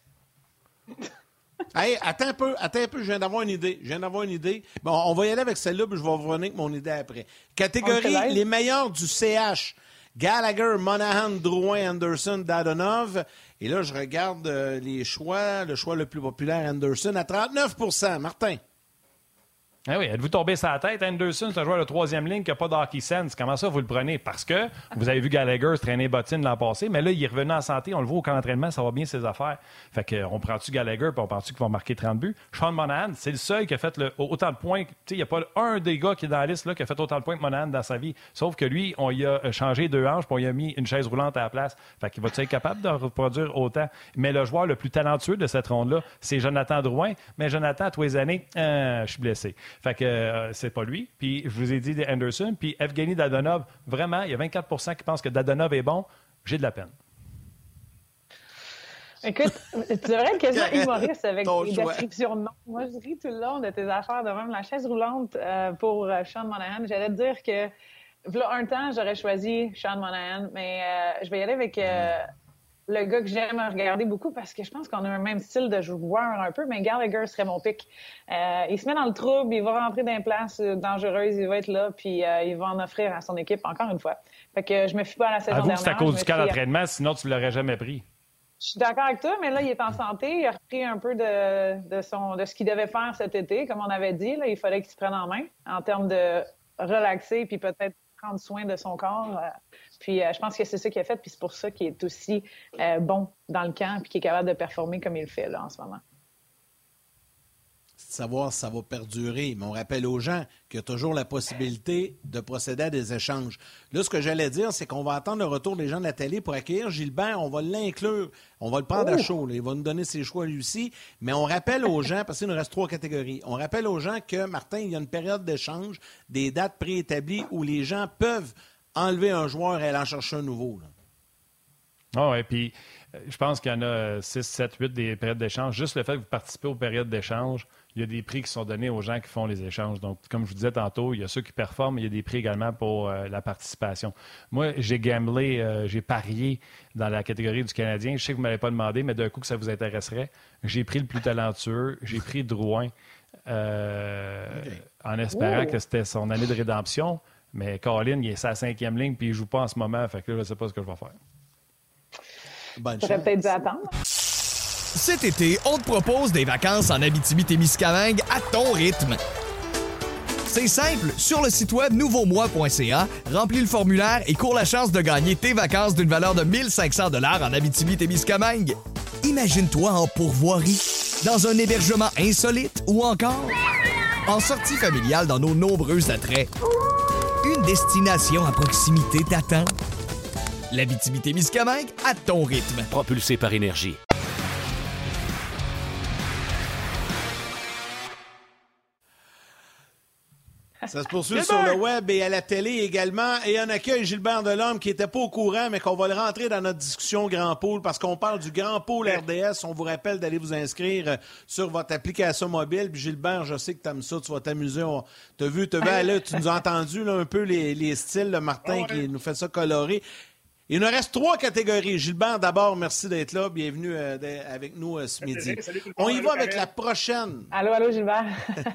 Hey, attends un peu, je viens d'avoir une idée. Bon, on va y aller avec celle-là, puis je vais revenir avec mon idée après. Catégorie, les meilleurs du CH. Gallagher, Monahan, Drouin, Anderson, Dadonov. Et là, je regarde les choix. Le choix le plus populaire, Anderson, à 39 %. Martin. Ah oui, êtes-vous tombé sur la tête? Anderson, c'est un joueur de 3e ligne qui n'a pas d'hockey sense. Comment ça, vous le prenez? Parce que vous avez vu Gallagher se traîner bottine l'an passé, mais là, il est revenu en santé. On le voit au camp d'entraînement, ça va bien ses affaires. Fait qu'on prend-tu Gallagher puis on pense-tu qu'il va marquer 30 buts? Sean Monahan, c'est le seul qui a fait autant de points. Il n'y a pas un des gars qui est dans la liste là, qui a fait autant de points que Monahan dans sa vie. Sauf que lui, on y a changé 2 hanches puis on y a mis une chaise roulante à la place. Fait qu'il va être capable de reproduire autant. Mais le joueur le plus talentueux de cette ronde-là, c'est Jonathan Drouin. Mais Jonathan, à tous les années, je suis blessé. Fait que c'est pas lui. Puis je vous ai dit Anderson. Puis Evgeny Dadonov, vraiment, il y a 24 % qui pensent que Dadonov est bon. J'ai de la peine. Écoute, tu devrais être quasiment humoriste avec Ton tes choix. descriptions de noms. Moi, je ris tout le long de tes affaires de même. La chaise roulante pour Sean Monahan. J'allais te dire que, voilà un temps, j'aurais choisi Sean Monahan, mais je vais y aller avec le gars que j'aime regarder beaucoup parce que je pense qu'on a un même style de joueur un peu, mais Gallagher serait mon pick. Il se met dans le trouble, il va rentrer dans une place dangereuse, il va être là, puis il va en offrir à son équipe encore une fois. Fait que je me fie pas à la saison Avoue dernière. que c'est à cause du camp fie à- d'entraînement, sinon tu ne l'aurais jamais pris. Je suis d'accord avec toi, mais là, il est en santé. Il a repris un peu de ce qu'il devait faire cet été. Comme on avait dit, là, il fallait qu'il se prenne en main en termes de relaxer puis peut-être prendre soin de son corps. Puis je pense que c'est ça qu'il a fait, puis c'est pour ça qu'il est aussi bon dans le camp puis qu'il est capable de performer comme il le fait là, en ce moment. C'est de savoir si ça va perdurer. Mais on rappelle aux gens qu'il y a toujours la possibilité de procéder à des échanges. Là, ce que j'allais dire, c'est qu'on va attendre le retour des gens de la télé pour accueillir Gilbert. On va l'inclure. On va le prendre à chaud. Là. Il va nous donner ses choix lui aussi. Mais on rappelle aux gens, parce qu'il nous reste 3 catégories, on rappelle aux gens que, Martin, il y a une période d'échange, des dates préétablies où les gens peuvent enlever un joueur et aller en chercher un nouveau. Ah oui, puis je pense qu'il y en a 6, 7, 8 des périodes d'échange. Juste le fait que vous participez aux périodes d'échange, il y a des prix qui sont donnés aux gens qui font les échanges. Donc, comme je vous disais tantôt, il y a ceux qui performent, mais il y a des prix également pour la participation. Moi, j'ai gamblé, j'ai parié dans la catégorie du Canadien. Je sais que vous ne m'avez pas demandé, mais d'un coup que ça vous intéresserait. J'ai pris le plus talentueux, j'ai pris Drouin en espérant que c'était son année de rédemption. Mais Colin, il est sa 5e ligne puis il ne joue pas en ce moment. Fait que là, je ne sais pas ce que je vais faire. Bonne J'aurais chance. peut-être dû attendre. Cet été, on te propose des vacances en Abitibi-Témiscamingue à ton rythme. C'est simple, sur le site web nouveaumois.ca, remplis le formulaire et cours la chance de gagner tes vacances d'une valeur de 1 500 $ en Abitibi-Témiscamingue. Imagine-toi en pourvoirie, dans un hébergement insolite ou encore en sortie familiale dans nos nombreux attraits. Une destination à proximité t'attend. L'Abitibi-Témiscamingue à ton rythme. Propulsé par Énergie. Ça se poursuit sur le web et à la télé également. Et on accueille Gilbert Delhomme qui n'était pas au courant, mais qu'on va le rentrer dans notre discussion Grand Pôle parce qu'on parle du Grand Pôle RDS. On vous rappelle d'aller vous inscrire sur votre application mobile. Puis Gilbert, je sais que tu aimes ça, tu vas t'amuser. T'as vu, là, tu nous as entendu là, un peu les styles de Martin qui nous fait ça colorer. Il nous reste 3 catégories. Gilbert, d'abord, merci d'être là. Bienvenue avec nous ce midi. On y va avec la prochaine. Allô, Gilbert.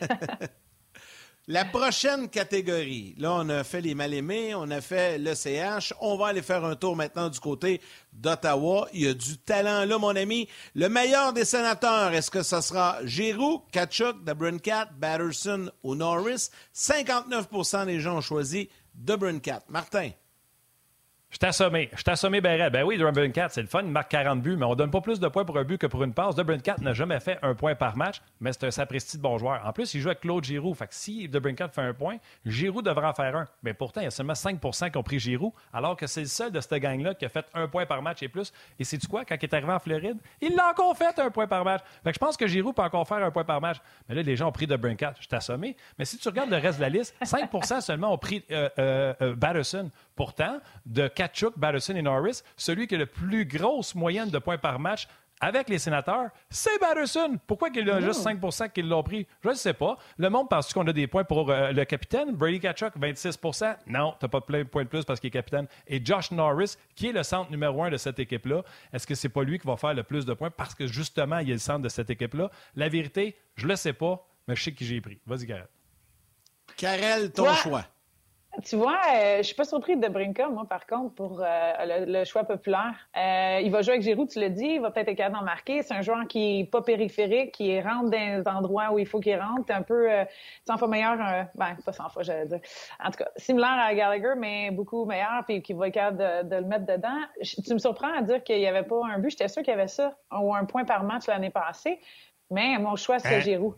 La prochaine catégorie, là, on a fait les mal-aimés, on a fait le CH. On va aller faire un tour maintenant du côté d'Ottawa. Il y a du talent là, mon ami. Le meilleur des sénateurs, est-ce que ça sera Giroux, Tkachuk, DeBrincat, Batterson ou Norris? 59% des gens ont choisi DeBrincat. Martin? Je t'ai assommé ben raide. Ben oui, DeBrincat, c'est le fun, il marque 40 buts, mais on donne pas plus de points pour un but que pour une passe. DeBrincat n'a jamais fait 1 point par match, mais c'est un sapristi de bon joueur. En plus, il joue avec Claude Giroux. Fait que si DeBrincat fait 1 point, Giroux devrait en faire 1. Mais pourtant, il y a seulement 5% qui ont pris Giroux, alors que c'est le seul de cette gang-là qui a fait 1 point par match et plus. Et sais-tu quoi? Quand il est arrivé en Floride, il l'a encore fait 1 point par match. Fait que je pense que Giroux peut encore faire 1 point par match. Mais là, les gens ont pris DeBrincat. Je t'ai assommé. Mais si tu regardes le reste de la liste, 5% seulement ont pris Batterson. Pourtant, de Tkachuk, Batterson et Norris, celui qui a la plus grosse moyenne de points par match avec les sénateurs, c'est Batterson. Pourquoi il y a juste 5% qui l'ont pris? Je ne sais pas. Le monde pense qu'on a des points pour le capitaine. Brady Tkachuk, 26%. Non, tu n'as pas de points de plus parce qu'il est capitaine. Et Josh Norris, qui est le centre numéro 1 de cette équipe-là, est-ce que c'est pas lui qui va faire le plus de points parce que justement, il est le centre de cette équipe-là? La vérité, je ne le sais pas, mais je sais qui j'ai pris. Vas-y, Gareth. Karel, ton choix. Tu vois, je suis pas surpris de Brinka, moi, par contre, pour le choix populaire. Il va jouer avec Giroux, tu l'as dit, il va peut-être être capable d'en marquer. C'est un joueur qui est pas périphérique, qui rentre dans les endroits où il faut qu'il rentre. C'est un peu 100 fois meilleur, pas 100 fois, j'allais dire. En tout cas, similaire à Gallagher, mais beaucoup meilleur, puis qui va être capable de le mettre dedans. Tu me surprends à dire qu'il y avait pas un but. J'étais sûr qu'il y avait ça, ou 1 point par match l'année passée. Mais mon choix, c'est Giroux.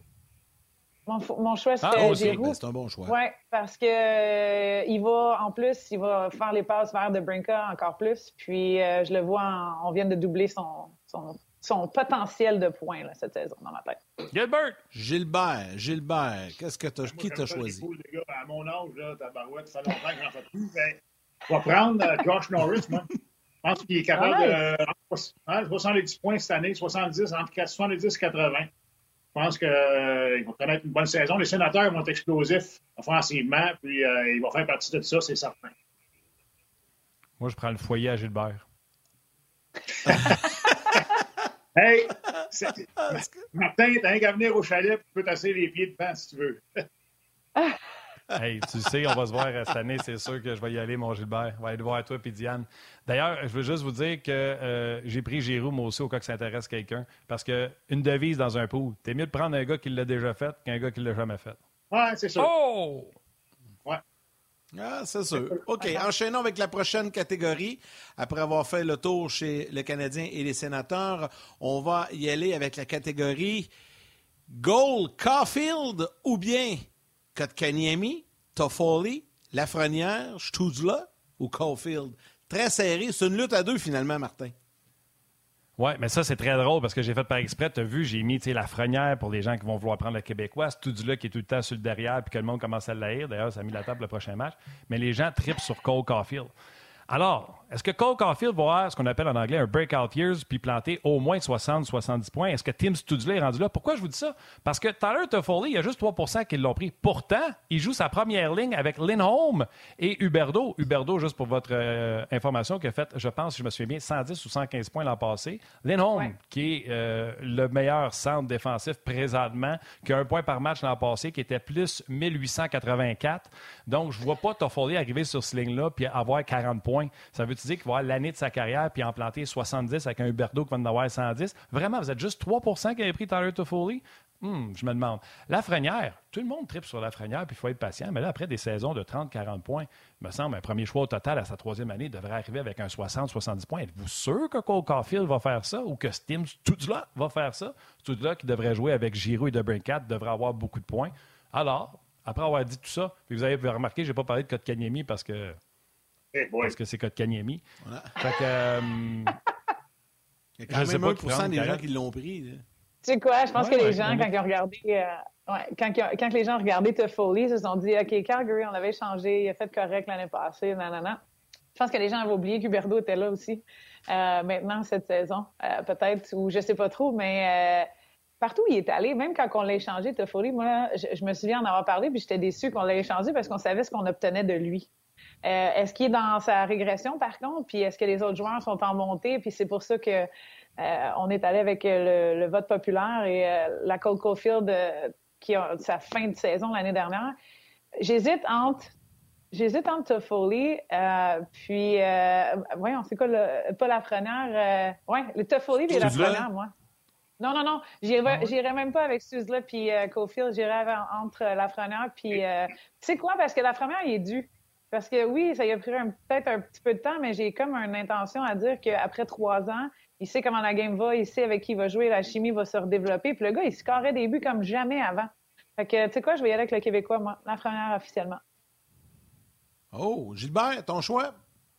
Mon choix, c'est Giroux. Ben, c'est un bon choix. Oui, parce que il va faire les passes vers DeBrincat encore plus. Puis je le vois, on vient de doubler son potentiel de points là, cette saison dans ma tête. Gilbert, qui t'a choisi? Cool, les gars. À mon âge, là, tabarouette, ça fait longtemps que j'en fais plus. Mais je vais prendre Josh Norris, moi. pense qu'il est capable de 70 points cette année, 70, entre 70 et 80. Je pense qu'il va connaître une bonne saison. Les Sénateurs vont être explosifs offensivement, puis il va faire partie de ça, c'est certain. Moi, je prends le foyer à Gilbert. Hey, Martin, t'as un qu'à venir au chalet, tu peux tasser les pieds dedans si tu veux. Hey, tu sais, on va se voir cette année, c'est sûr que je vais y aller, mon Gilbert. On va aller te voir toi et Diane. D'ailleurs, je veux juste vous dire que j'ai pris Giroux, moi aussi, au cas que ça intéresse quelqu'un. Parce qu'une devise dans un pool, t'es mieux de prendre un gars qui l'a déjà fait qu'un gars qui l'a jamais fait. Ouais, c'est sûr. Oh! Ouais. Ah, c'est sûr. OK, enchaînons avec la prochaine catégorie. Après avoir fait le tour chez le Canadien et les Sénateurs, on va y aller avec la catégorie Goal Caulfield ou bien Kotkaniemi, Toffoli, Lafrenière, Stützle ou Caulfield. Très serré. C'est une lutte à deux, finalement, Martin. Oui, mais ça, c'est très drôle parce que j'ai fait par exprès. Tu as vu, j'ai mis Lafrenière pour les gens qui vont vouloir prendre le Québécois. Stützle qui est tout le temps sur le derrière puis que le monde commence à l'haïr. D'ailleurs, ça a mis la table le prochain match. Mais les gens trippent sur Cole Caulfield. Alors, est-ce que Cole Caulfield va avoir ce qu'on appelle en anglais un breakout years puis planter au moins 60-70 points? Est-ce que Tim Stützle est rendu là? Pourquoi je vous dis ça? Parce que Tyler Toffoli, il y a juste 3 % qui l'ont pris. Pourtant, il joue sa première ligne avec Lindholm et Huberdeau. Huberdeau, juste pour votre information, qui a fait, je pense, si je me souviens bien, 110 ou 115 points l'an passé. Lindholm, qui est le meilleur centre défensif présentement, qui a 1 point par match l'an passé, qui était plus 1884. Donc, je ne vois pas Toffoli arriver sur ce ligne-là puis avoir 40 points. Ça veut dire qu'il va avoir l'année de sa carrière puis en planter 70 avec un Huberdeau qui va en avoir 110. Vraiment, vous êtes juste 3 % qui avait pris Tyler Toffoli? Je me demande. Lafrenière, tout le monde tripe sur Lafrenière puis il faut être patient. Mais là, après des saisons de 30-40 points, il me semble un premier choix au total à sa 3e année devrait arriver avec un 60-70 points. Êtes-vous sûr que Cole Caulfield va faire ça ou que Tim Stützle va faire ça? Stützle qui devrait jouer avec Giroux et DeBrincat devrait avoir beaucoup de points. Alors, après avoir dit tout ça, puis vous avez remarqué, je n'ai pas parlé de Kotkaniemi parce que c'est Kotkaniemi. Voilà. Fait que, il y a quand même 1% des gens qui l'ont pris. Là. Tu sais quoi? Je pense que les gens, quand ils ont regardé... quand les gens ont regardé Toffoli, ils se sont dit, OK, Calgary, on avait échangé, il a fait correct l'année passée, nanana. Je pense que les gens avaient oublié qu'Huberdeau était là aussi. Maintenant, cette saison, peut-être, ou je sais pas trop, mais... partout où il est allé, même quand on l'a échangé, Toffoli, moi, je me souviens en avoir parlé, puis j'étais déçue qu'on l'ait échangé parce qu'on savait ce qu'on obtenait de lui. Est-ce qu'il est dans sa régression, par contre? Puis est-ce que les autres joueurs sont en montée? Puis c'est pour ça que on est allé avec le vote populaire et la Cole Caulfield qui a sa fin de saison l'année dernière. J'hésite entre Toffoli, puis voyons, c'est quoi pas Lafrenière? Le Toffoli et Lafrenière, moi. Non. J'irais même pas avec Stützle puis Caulfield. J'irais entre Lafrenière puis... tu sais quoi? Parce que Lafrenière, il est dû. Parce que oui, ça y a pris peut-être un petit peu de temps, mais j'ai comme une intention à dire qu'après 3 ans, il sait comment la game va, il sait avec qui il va jouer, la chimie va se redévelopper. Puis le gars, il scorait des buts comme jamais avant. Fait que, tu sais quoi, je vais y aller avec le Québécois, moi, Lafrenière officiellement. Oh, Gilbert, ton choix?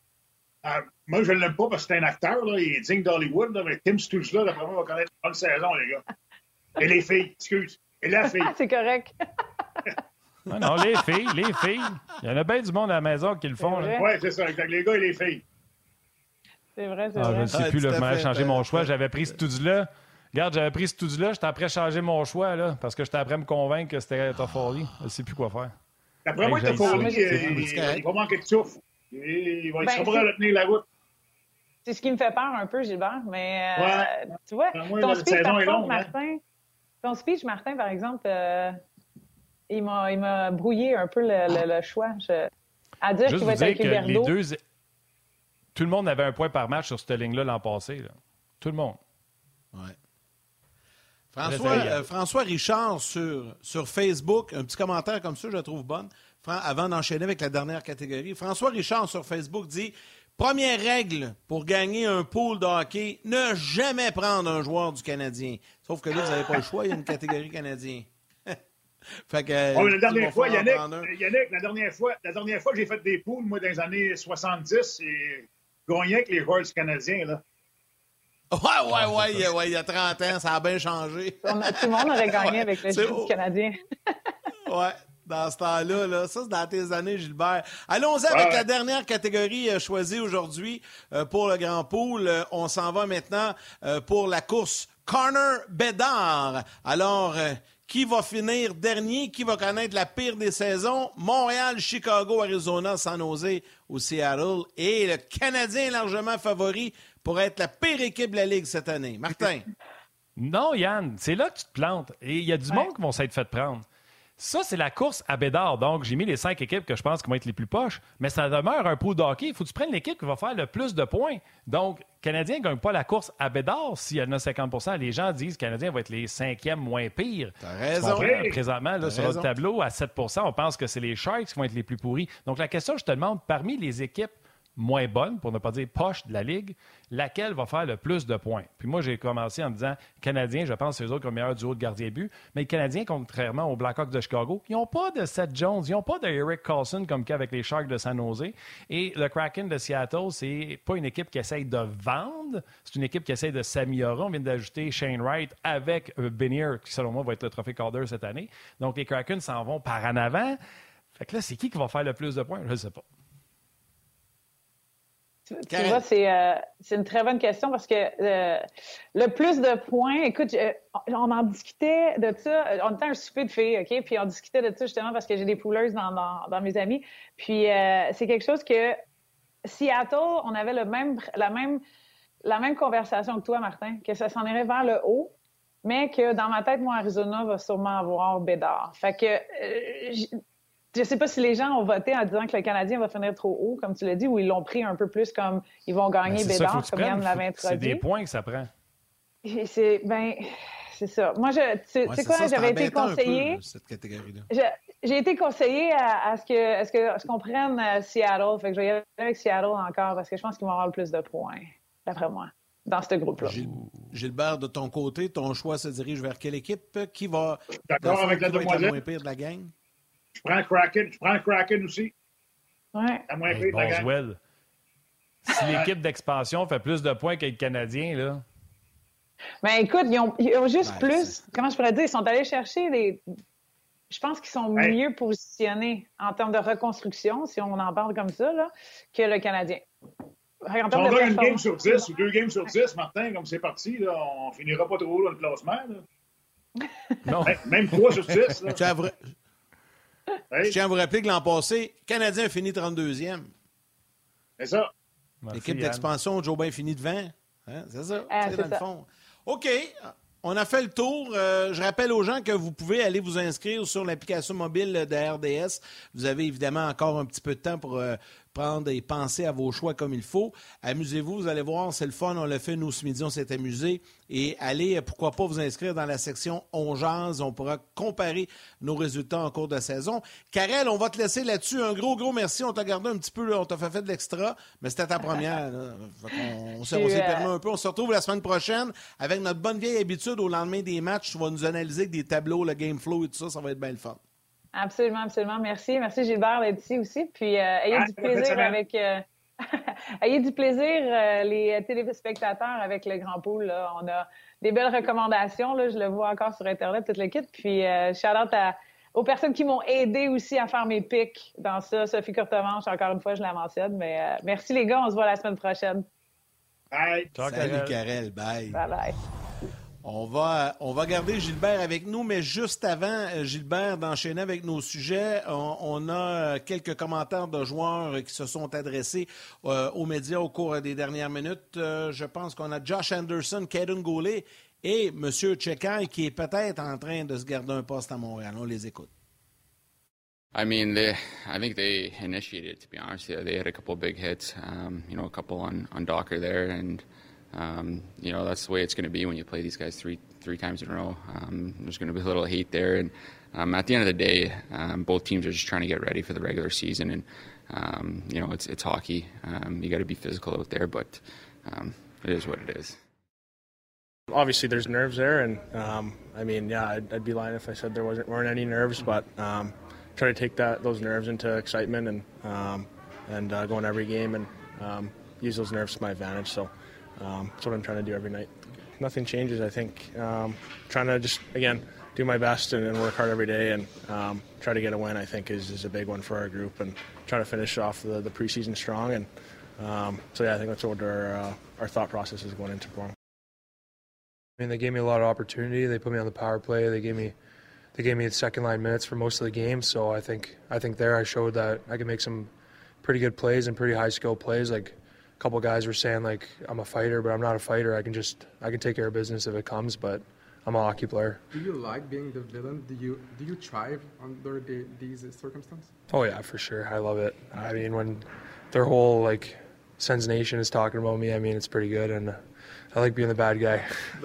Moi, je ne l'aime pas parce que c'est un acteur, là, il est digne d'Hollywood, là, mais Tim Stützle, d'après moi, va connaître une bonne saison, les gars. Et les filles, excuse. Et la fille. C'est correct. Non, les filles. Il y en a bien du monde à la maison qui le font. Oui, c'est ça, exact. Les gars et les filles. C'est vrai. Je ne sais plus, là, je m'avais changé mon choix. J'avais pris Stützle. Regarde, j'avais pris Stützle. J'étais après changer mon choix, là, parce que j'étais après me convaincre que c'était Toffoli. Je ne sais plus quoi faire. D'après moi, Toffoli, il va manquer de souffle. Il va être à tenir la route. C'est ce qui me fait peur un peu, Gilbert, mais tu vois, ton speech, par contre, Martin, ton speech, Martin, par exemple, il m'a brouillé un peu le choix. À dire qu'il va être avec Huberdeau. Tout le monde avait 1 point par match sur cette ligne-là l'an passé. Là. Tout le monde. Ouais. François Richard sur Facebook, un petit commentaire comme ça, je la trouve bonne, avant d'enchaîner avec la dernière catégorie. François Richard sur Facebook dit « Première règle pour gagner un pool de hockey, ne jamais prendre un joueur du Canadien. » Sauf que là, vous n'avez pas le choix, il y a une catégorie Canadien. Fait que, la dernière fois, Yannick, la dernière fois que j'ai fait des poules, moi, dans les années 70, et gagnais avec les joueurs du Canadien, là. Ouais, il y a 30 ans, ça a bien changé. Tout le monde aurait gagné avec le jeu du Canadien. Ouais. dans ce temps-là. Là. Ça, c'est dans tes années, Gilbert. Allons-y avec la dernière catégorie choisie aujourd'hui pour le Grand Pool. On s'en va maintenant pour la course Corner Bédard. Alors, qui va finir dernier? Qui va connaître la pire des saisons? Montréal, Chicago, Arizona, San Jose ou Seattle. Et le Canadien est largement favori pour être la pire équipe de la Ligue cette année. Martin? Non, Yann, c'est là que tu te plantes. Et il y a du monde qui vont s'être fait prendre. Ça, c'est la course à Bédard. Donc, j'ai mis les 5 équipes que je pense qui vont être les plus poches. Mais ça demeure un pool de hockey. Il faut que tu prennes l'équipe qui va faire le plus de points. Donc, le Canadien ne gagne pas la course à Bédard s'il y en a 50 %. Les gens disent que le Canadien va être les 5e moins pires. T'as raison. Présentement, là, sur le tableau, à 7 %, on pense que c'est les Sharks qui vont être les plus pourris. Donc, la question, je te demande, parmi les équipes moins bonne, pour ne pas dire poche de la Ligue, laquelle va faire le plus de points. Puis moi, j'ai commencé en me disant, Canadiens, je pense que c'est eux autres qui ont le meilleur duo de gardien de but, mais les Canadiens, contrairement aux Blackhawks de Chicago, ils n'ont pas de Seth Jones, ils n'ont pas de Erik Karlsson comme cas avec les Sharks de San Jose. Et le Kraken de Seattle, c'est pas une équipe qui essaye de vendre, c'est une équipe qui essaye de s'améliorer. On vient d'ajouter Shane Wright avec Benier, qui selon moi va être le trophée Calder cette année. Donc les Kraken s'en vont par en avant. Fait que là, c'est qui va faire le plus de points? Je ne sais pas. Tu vois, c'est une très bonne question parce que le plus de points, écoute, on en discutait de ça, on était à un souper de filles, OK? Puis on discutait de ça justement parce que j'ai des poolers dans mes amis. Puis c'est quelque chose que Seattle, on avait la même conversation que toi, Martin, que ça s'en irait vers le haut, mais que dans ma tête, moi, Arizona va sûrement avoir Bédard. Fait que... je sais pas si les gens ont voté en disant que le Canadien va finir trop haut, comme tu l'as dit, ou ils l'ont pris un peu plus comme ils vont gagner Bédard, comme Yann l'avait introduit. C'est des points que ça prend. C'est ça. Moi, tu sais quoi, j'avais été conseillée... cette catégorie-là. J'ai été conseillée à ce qu'on prenne Seattle. Fait que je vais y aller avec Seattle encore parce que je pense qu'ils vont avoir le plus de points, d'après moi, dans ce groupe-là. Gilbert, de ton côté, ton choix se dirige vers quelle équipe? Qui va... D'accord avec la demoiselle. La moins pire de la gang? Je prends le Kraken aussi. Ouais. La moins pire de la gang. Boswell. Si l'équipe d'expansion fait plus de points que le Canadien, là... Mais écoute, ils ont juste plus... Comment je pourrais dire? Ils sont allés chercher des... Je pense qu'ils sont mieux positionnés en termes de reconstruction, si on en parle comme ça, là, que le Canadien. En termes de une game sur 10 ou 2 games sur 10, Martin, comme c'est parti, là, on finira pas trop haut dans le classement. Là. Non. Même 3 sur 10. Là. Je tiens à vous rappeler que l'an passé, le Canadien a fini 32e. C'est ça. L'équipe d'expansion, Joe Bain finit devant. Hein? C'est ça. C'est dans le fond. OK. On a fait le tour. Je rappelle aux gens que vous pouvez aller vous inscrire sur l'application mobile de RDS. Vous avez évidemment encore un petit peu de temps pour prendre et penser à vos choix comme il faut. Amusez-vous, vous allez voir, c'est le fun. On l'a fait, nous, ce midi, on s'est amusés. Et allez, pourquoi pas vous inscrire dans la section On jase. On pourra comparer nos résultats en cours de saison. Karel, on va te laisser là-dessus. Un gros merci. On t'a gardé un petit peu, là, on t'a fait de l'extra, mais c'était ta première. On s'est permis un peu. On se retrouve la semaine prochaine avec notre bonne vieille habitude au lendemain des matchs. Tu vas nous analyser avec des tableaux, le game flow et tout ça. Ça va être bien le fun. Absolument. Merci. Merci Gilbert d'être ici aussi. Puis ayez du plaisir avec ayez du plaisir les téléspectateurs avec le Grand Pool. Là. On a des belles recommandations. Là. Je le vois encore sur Internet, toute l'équipe. Puis shout-out aux personnes qui m'ont aidé aussi à faire mes pics dans ça. Sophie Courtemanche, encore une fois, je la mentionne. Mais merci les gars, on se voit la semaine prochaine. Bye. Salut Karel. Bye. Bye. On va garder Gilbert avec nous, mais juste avant, Gilbert, d'enchaîner avec nos sujets, on a quelques commentaires de joueurs qui se sont adressés aux médias au cours des dernières minutes. Je pense qu'on a Josh Anderson, Caden Goulet et M. Tchekai qui est peut-être en train de se garder un poste à Montréal. On les écoute. I mean, I think they initiated it, to be honest. Yeah, they had a couple of big hits, a couple on Docker there, and that's the way it's going to be when you play these guys three times in a row. There's going to be a little heat there, and at the end of the day, both teams are just trying to get ready for the regular season, and it's hockey. You got to be physical out there, but it is what it is. Obviously, there's nerves there, and I'd be lying if I said there weren't any nerves, but try to take those nerves into excitement and go in every game and use those nerves to my advantage. So. That's what I'm trying to do every night. Nothing changes, I think. Trying to just, again, do my best and work hard every day and try to get a win, I think, is a big one for our group, and try to finish off the preseason strong. And so, yeah, I think that's what our thought process is going into tomorrow. I mean, they gave me a lot of opportunity. They put me on the power play. They gave me the second line minutes for most of the game. So I think there I showed that I can make some pretty good plays and pretty high skill plays. Like a couple guys were saying, like, I'm a fighter, but I'm not a fighter. I can take care of business if it comes, but I'm a hockey player. Do you like being the villain? Do you thrive under these circumstances? Oh yeah, for sure. I love it. I mean, when their whole like Sens Nation is talking about me, I mean, it's pretty good, and I like being the bad guy.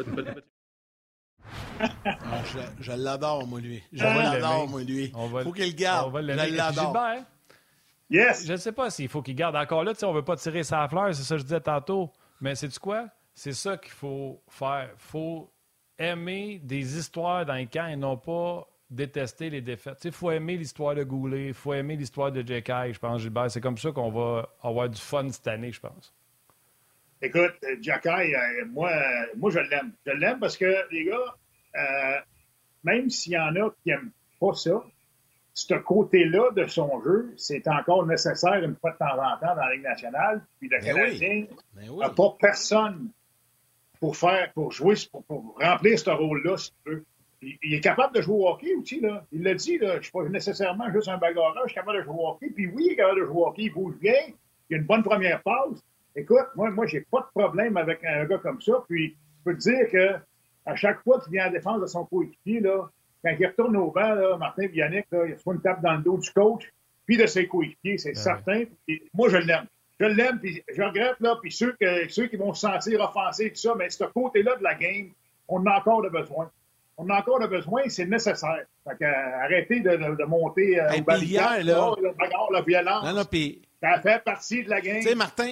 Je l'adore, moi, lui. Je l'adore, moi, lui. Faut qu'il le garde. Je l'adore. Gilbert, Yes! je ne sais pas s'il faut qu'il garde. Encore là, on ne veut pas tirer sa fleur, c'est ça que je disais tantôt. Mais sais-tu quoi? C'est ça qu'il faut faire. Il faut aimer des histoires dans les camps et non pas détester les défaites. Il faut aimer l'histoire de Goulet, il faut aimer l'histoire de J.K., je pense, Gilbert. C'est comme ça qu'on va avoir du fun cette année, je pense. Écoute, J.K., moi, je l'aime. Je l'aime parce que, les gars, même s'il y en a qui n'aiment pas ça, ce côté-là de son jeu, c'est encore nécessaire une fois de temps en temps dans la Ligue nationale. Puis le Canadien n'a pas personne pour jouer, pour remplir ce rôle-là, si tu veux. Il est capable de jouer au hockey aussi, là. Il l'a dit, là. Je ne suis pas nécessairement juste un bagarreur, je suis capable de jouer au hockey. Puis oui, il est capable de jouer au hockey, il bouge bien, il a une bonne première passe. Écoute, moi, j'ai pas de problème avec un gars comme ça. Puis, je peux te dire que à chaque fois qu'il vient en défense de son coéquipier, là, quand il retourne au banc, là, Martin Vianic, là, il reçoit une tape dans le dos du coach, puis de ses coéquipiers, c'est certain. Puis, moi, je l'aime. Je l'aime, puis je regrette, là, puis ceux qui vont se sentir offensés, tout ça, mais ce côté-là de la game, on en a encore de besoin. On en a encore de besoin, c'est nécessaire. Fait arrêtez de monter au barricade, la bagarre, la violence. Non, puis ça fait partie de la game. Tu sais, Martin...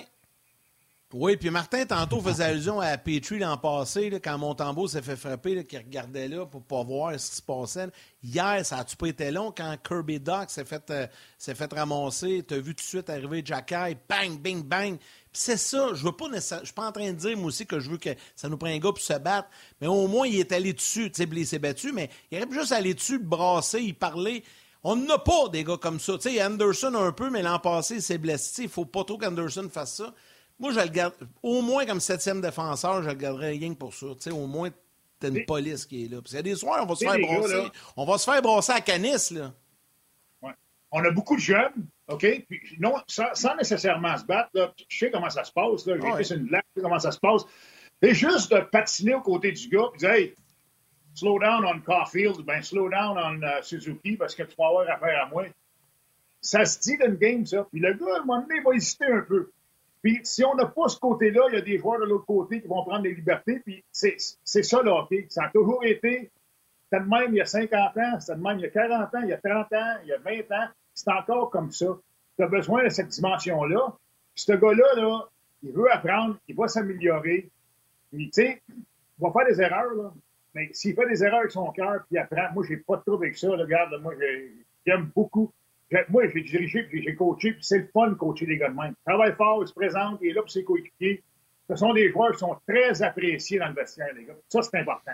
Oui, puis Martin, tantôt, faisait allusion à Petrie l'an passé, là, quand Montembeault s'est fait frapper, là, qu'il regardait là pour pas voir ce qui se passait. Hier, ça a-tu pas été long quand Kirby Dach s'est fait ramasser? T'as vu tout de suite arriver J.K., bang, bing, bang. Puis c'est ça, je suis pas en train de dire, moi aussi, que je veux que ça nous prenne un gars pour se battre, mais au moins, il est allé dessus. Tu sais, il s'est battu, mais il aurait pu juste aller dessus, le brasser, il parlait. On n'a pas des gars comme ça. Tu sais, Anderson un peu, mais l'an passé, il s'est blessé. Il faut pas trop qu'Anderson fasse ça. Moi, je le garde, au moins comme 7e défenseur, je le garderais rien que pour ça. Tu sais, au moins, t'as une police qui est là. Puis il y a des soirs, on va se faire brasser. Gars, on va se faire brasser à Canis, là. Ouais. On a beaucoup de jeunes, OK? Puis, non, sans nécessairement se battre, là, je sais comment ça se passe, là. J'ai fait sur une blague, je sais comment ça se passe. C'est juste de patiner aux côtés du gars, puis dire, hey, slow down on Caulfield, ben slow down on Suzuki, parce que tu vas avoir affaire à moi. Ça se dit d'une game, ça. Puis le gars, à un moment donné, il va hésiter un peu. Puis si on n'a pas ce côté-là, il y a des joueurs de l'autre côté qui vont prendre des libertés. Puis c'est ça, le hockey. Ça a toujours été, c'était de même il y a 50 ans, c'était de même il y a 40 ans, il y a 30 ans, il y a 20 ans. C'est encore comme ça. Tu as besoin de cette dimension-là. Puis ce gars-là, là, il veut apprendre, il va s'améliorer. Puis, tu sais, il va faire des erreurs, là. Mais s'il fait des erreurs avec son cœur, puis il apprend, moi, j'ai pas de trouble avec ça. Là, regarde, là, moi, j'aime beaucoup. Moi, j'ai dirigé, puis j'ai coaché, puis c'est le fun de coacher les gars de même. Il travaille fort, il se présente, il est là pour ses coéquipiers. Ce sont des joueurs qui sont très appréciés dans le vestiaire, les gars. Ça, c'est important.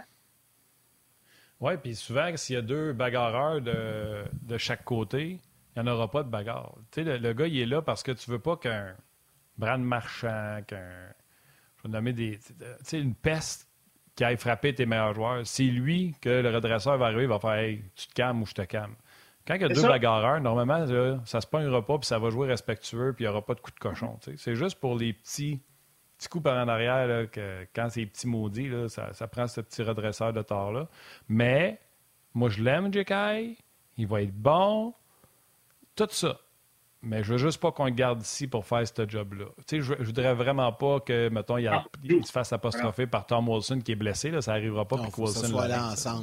Oui, puis souvent, s'il y a deux bagarreurs de chaque côté, il n'y en aura pas de bagarre. Tu sais, le gars, il est là parce que tu veux pas qu'un Brad Marchand, je vais nommer tu sais, une peste qui aille frapper tes meilleurs joueurs. C'est lui que le redresseur va arriver, il va faire « Hey, tu te calmes ou je te calme ». Quand il y a deux bagarreurs, normalement, là, ça se pognera pas, puis ça va jouer respectueux, puis il n'y aura pas de coup de cochon. T'sais. C'est juste pour les petits coups par en arrière, là, que quand c'est petits maudits, là, ça prend ce petit redresseur de tort-là. Mais, moi, je l'aime, J.K., il va être bon, tout ça. Mais je veux juste pas qu'on le garde ici pour faire ce job-là. Je voudrais vraiment pas que, mettons, il se fasse apostropher par Tom Wilson qui est blessé. Là, ça n'arrivera pas pour que Wilson soit là ensemble.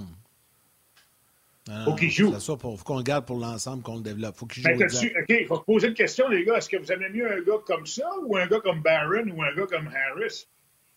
Faut qu'il joue. C'est ça, faut qu'on le garde pour l'ensemble, qu'on le développe. Faut qu'il joue. OK, il faut te poser une question, les gars. Est-ce que vous aimez mieux un gars comme ça ou un gars comme Barron ou un gars comme Harris?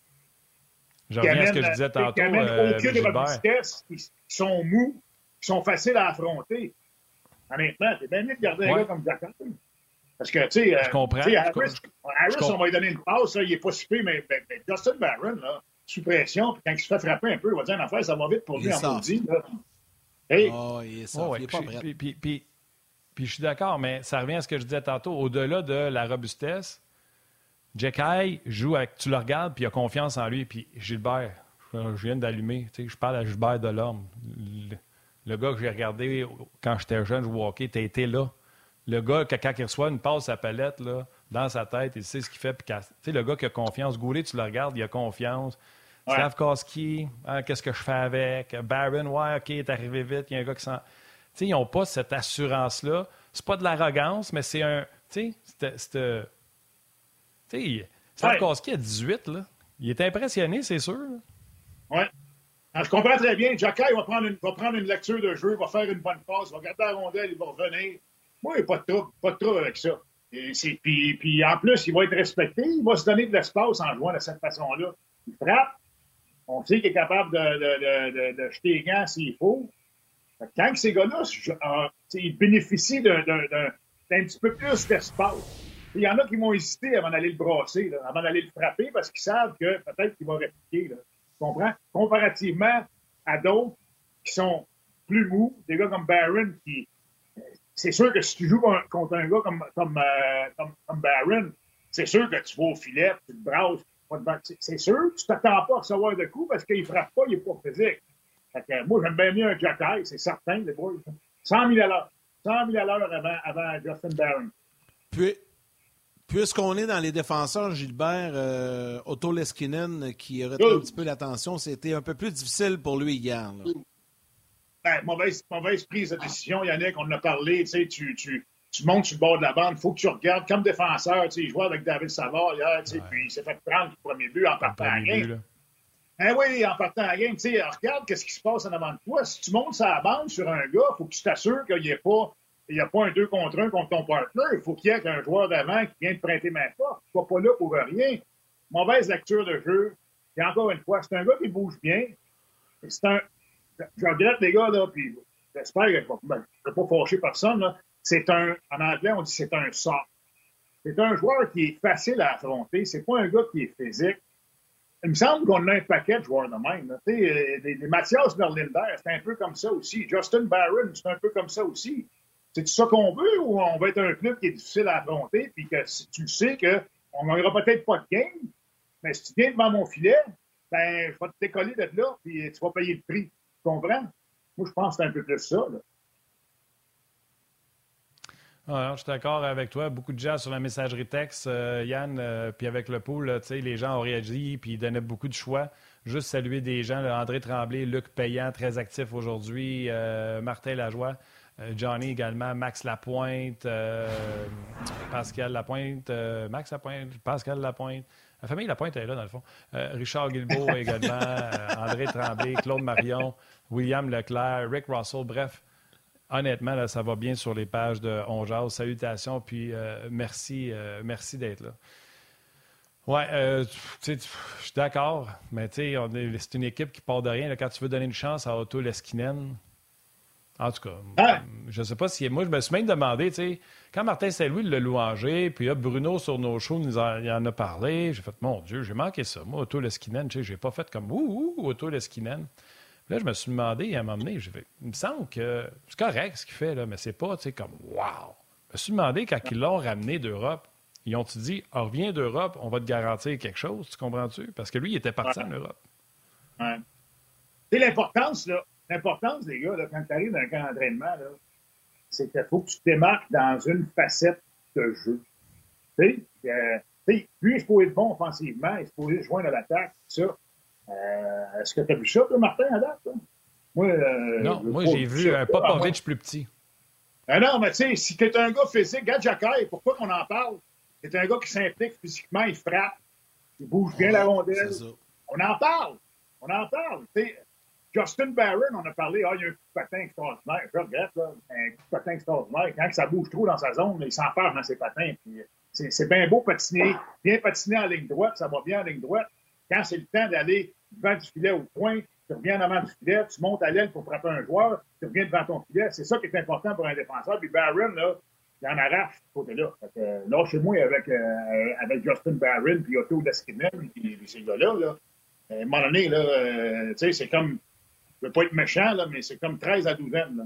Je reviens à ce que je disais tantôt, qui amènent aucune robustesse, qui sont mous, qui sont faciles à affronter. Honnêtement, c'est bien mieux de garder un gars comme Jacob. Parce que, tu sais, je comprends. Harris, on va lui donner une passe, là, il n'est pas super, mais Justin Barron, là, sous pression, puis quand il se fait frapper un peu, il va dire une affaire, ça va vite pour lui en maudit. Hey. Oh, il est soft, il est pas prêt. Puis je suis d'accord, mais ça revient à ce que je disais tantôt. Au-delà de la robustesse, Jekai joue avec... Tu le regardes, puis il a confiance en lui. Puis Gilbert, je viens d'allumer. Tu sais, je parle à Gilbert Delorme. Le gars que j'ai regardé quand j'étais jeune jouer au hockey, t'as été là. Le gars, quand il reçoit une passe à palette, là, dans sa tête, il sait ce qu'il fait. Puis tu sais, le gars qui a confiance. Goulet, tu le regardes, il a confiance. Ouais. Slavkovski, qu'est-ce que je fais avec? Barron, ouais, OK, il est arrivé vite. Il y a un gars qui s'en... Tu sais, ils n'ont pas cette assurance-là. C'est pas de l'arrogance, mais c'est un... Tu sais, Slavkovski à 18, là, il est impressionné, c'est sûr. Oui. Je comprends très bien. Jekai va prendre une lecture de jeu, va faire une bonne passe, va garder la rondelle, il va revenir. Moi, il n'y a pas de trouble avec ça. Puis en plus, il va être respecté, il va se donner de l'espace en jouant de cette façon-là. Il frappe. On sait qu'il est capable de jeter les gants s'il faut. Quand ces gars-là, ils bénéficient d'un petit peu plus d'espace. Il y en a qui vont hésiter avant d'aller le brasser, là, avant d'aller le frapper, parce qu'ils savent que peut-être qu'il va répliquer. Là. Tu comprends? Comparativement à d'autres qui sont plus mous, des gars comme Barron, qui... C'est sûr que si tu joues contre un gars comme Barron, c'est sûr que tu vas au filet, tu te brasses. C'est sûr, tu t'attends pas à recevoir de coups parce qu'il frappe pas, il est pas physique. Fait que, moi, j'aime bien mieux un Jekai, c'est certain, les boys. 100 000 à l'heure. 100 000 à l'heure avant Justin Barron. Puisqu'on est dans les défenseurs, Gilbert, Otto Leskinen, qui retient un petit peu l'attention, c'était un peu plus difficile pour lui hier. Là. Ben, mauvaise prise de décision, Yannick, on en a parlé, tu sais, tu montes sur le bord de la bande, il faut que tu regardes comme défenseur, tu sais, il jouait avec David Savard hier, tu sais, puis il s'est fait prendre le premier but en partant à la game. Ben oui, en partant à la game, tu sais, regarde qu'est-ce qui se passe en avant de toi. Si tu montes sur la bande sur un gars, il faut que tu t'assures qu'il n'y a pas un 2 contre 1 contre ton partner. Il faut qu'il y ait un joueur d'avant qui vient te prêter main forte. Tu ne sois pas là pour rien. Mauvaise lecture de jeu. Et encore une fois, c'est un gars qui bouge bien. Je regrette les gars, là, puis j'espère que je ne vais pas fâcher personne. Là. En anglais, on dit c'est un soft. C'est un joueur qui est facile à affronter. C'est pas un gars qui est physique. Il me semble qu'on a un paquet de joueurs de même. Les Mathias Verlinder, c'est un peu comme ça aussi. Justin Barron, c'est un peu comme ça aussi. C'est ça qu'on veut ou on va être un club qui est difficile à affronter puis que si tu sais qu'on n'aura peut-être pas de game, mais si tu viens devant mon filet, ben, je vais te décoller d'être là puis tu vas payer le prix. Tu comprends? Moi, je pense que c'est un peu plus ça. Là. Alors, je suis d'accord avec toi. Beaucoup de gens sur la messagerie texte, Yann, puis avec le pool, les gens ont réagi puis ils donnaient beaucoup de choix. Juste saluer des gens, là, André Tremblay, Luc Payan, très actif aujourd'hui, Martin Lajoie, Johnny également, Max Lapointe, Pascal Lapointe, Max Lapointe, Pascal Lapointe. La famille Lapointe est là, dans le fond. Richard Guilbeault également, André Tremblay, Claude Marion, William Leclerc, Rick Russell, bref. Honnêtement, là, ça va bien sur les pages de On Jase. Salutations, puis merci d'être là. Oui, je suis d'accord, mais c'est une équipe qui part de rien. Là, quand tu veux donner une chance à Otto Leskinen, en tout cas, je ne sais pas si... Moi, je me suis même demandé, quand Martin Saint-Louis l'a louangé, puis là, Bruno sur nos shows il en a parlé, j'ai fait, mon Dieu, j'ai manqué ça. Moi, Otto Leskinen, je n'ai pas fait comme Otto Leskinen. Là, je me suis demandé, à un moment donné, il me semble que c'est correct ce qu'il fait, là, mais c'est pas comme wow. Je me suis demandé, quand ils l'ont ramené d'Europe, ils ont-tu dit, reviens d'Europe, on va te garantir quelque chose, tu comprends-tu? Parce que lui, il était parti en Europe. Ouais. C'est l'importance, là. L'importance, les gars, là, quand tu arrives dans un camp d'entraînement, c'est qu'il faut que tu te démarques dans une facette de jeu. Lui, il se peut être bon offensivement, il se peut joindre à l'attaque, tout ça. Est-ce que tu as vu ça, toi, Martin, à date? Non, moi, j'ai vu un Popovic plus petit. Non, mais tu sais, si tu es un gars physique, regarde Jekai, pourquoi qu'on en parle? C'est un gars qui s'implique physiquement, il frappe, il bouge bien la rondelle. On en parle. T'sais, Justin Barron, on a parlé, il y a un coup de patin extraordinaire. Je regrette, là, un coup de patin extraordinaire. Quand ça bouge trop dans sa zone, il s'enferme dans ses patins. Puis, c'est bien beau patiner, bien patiner en ligne droite, ça va bien en ligne droite. Quand c'est le temps d'aller devant du filet au point, tu reviens en avant du filet, tu montes à l'aile pour frapper un joueur, tu reviens devant ton filet. C'est ça qui est important pour un défenseur. Puis Barron, là, il en arrache ce côté-là. Là, chez moi, avec Justin Barron puis Otto Leskinen, puis ces gars-là, là, à un moment donné, là, c'est comme Je veux pas être méchant, là, mais c'est comme 13 à 12 ans. Là.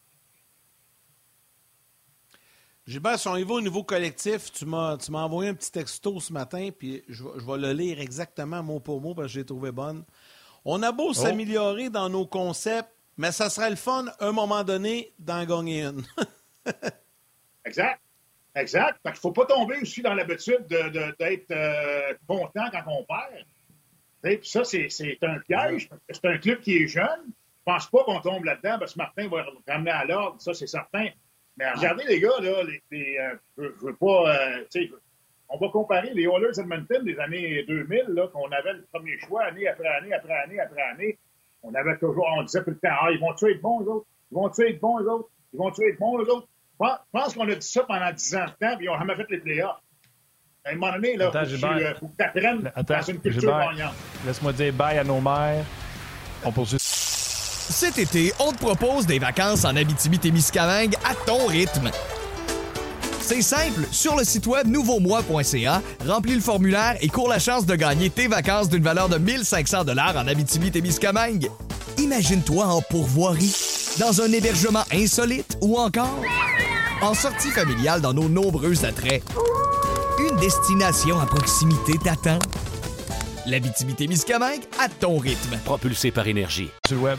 Gilbert, si on y va au niveau collectif, tu m'as envoyé un petit texto ce matin, puis je vais le lire exactement mot pour mot parce que je l'ai trouvé bonne. On a beau s'améliorer dans nos concepts, mais ça serait le fun, à un moment donné, d'en gagner une. Exact. Fait qu'il ne faut pas tomber aussi dans l'habitude d'être content quand on perd. Puis ça, c'est un piège, parce que c'est un club qui est jeune. Je ne pense pas qu'on tombe là-dedans, parce que Martin va ramener à l'ordre, ça, c'est certain. Mais regardez, les gars, là, je veux pas... on va comparer les Oilers Edmonton des années 2000, là, qu'on avait le premier choix année après année, après année, après année. On disait tout le temps, ils vont-tu être bons, eux autres? Ils vont-tu être bons, eux autres? Ils vont-tu être bons, eux autres? Je pense qu'on a dit ça pendant 10 ans de temps, puis ils n'ont jamais fait les playoffs. À un moment donné, il faut que tu apprennes dans une culture gagnante. Laisse-moi dire bye à nos mères. On poursuit. Cet été, on te propose des vacances en Abitibi-Témiscamingue à ton rythme. C'est simple, sur le site web nouveaumois.ca, remplis le formulaire et cours la chance de gagner tes vacances d'une valeur de 1 500 $ en Abitibi-Témiscamingue. Imagine-toi en pourvoirie, dans un hébergement insolite ou encore en sortie familiale dans nos nombreux attraits. Une destination à proximité t'attend. L'Abitibi-Témiscamingue à ton rythme. Propulsé par Énergie. Sur le web.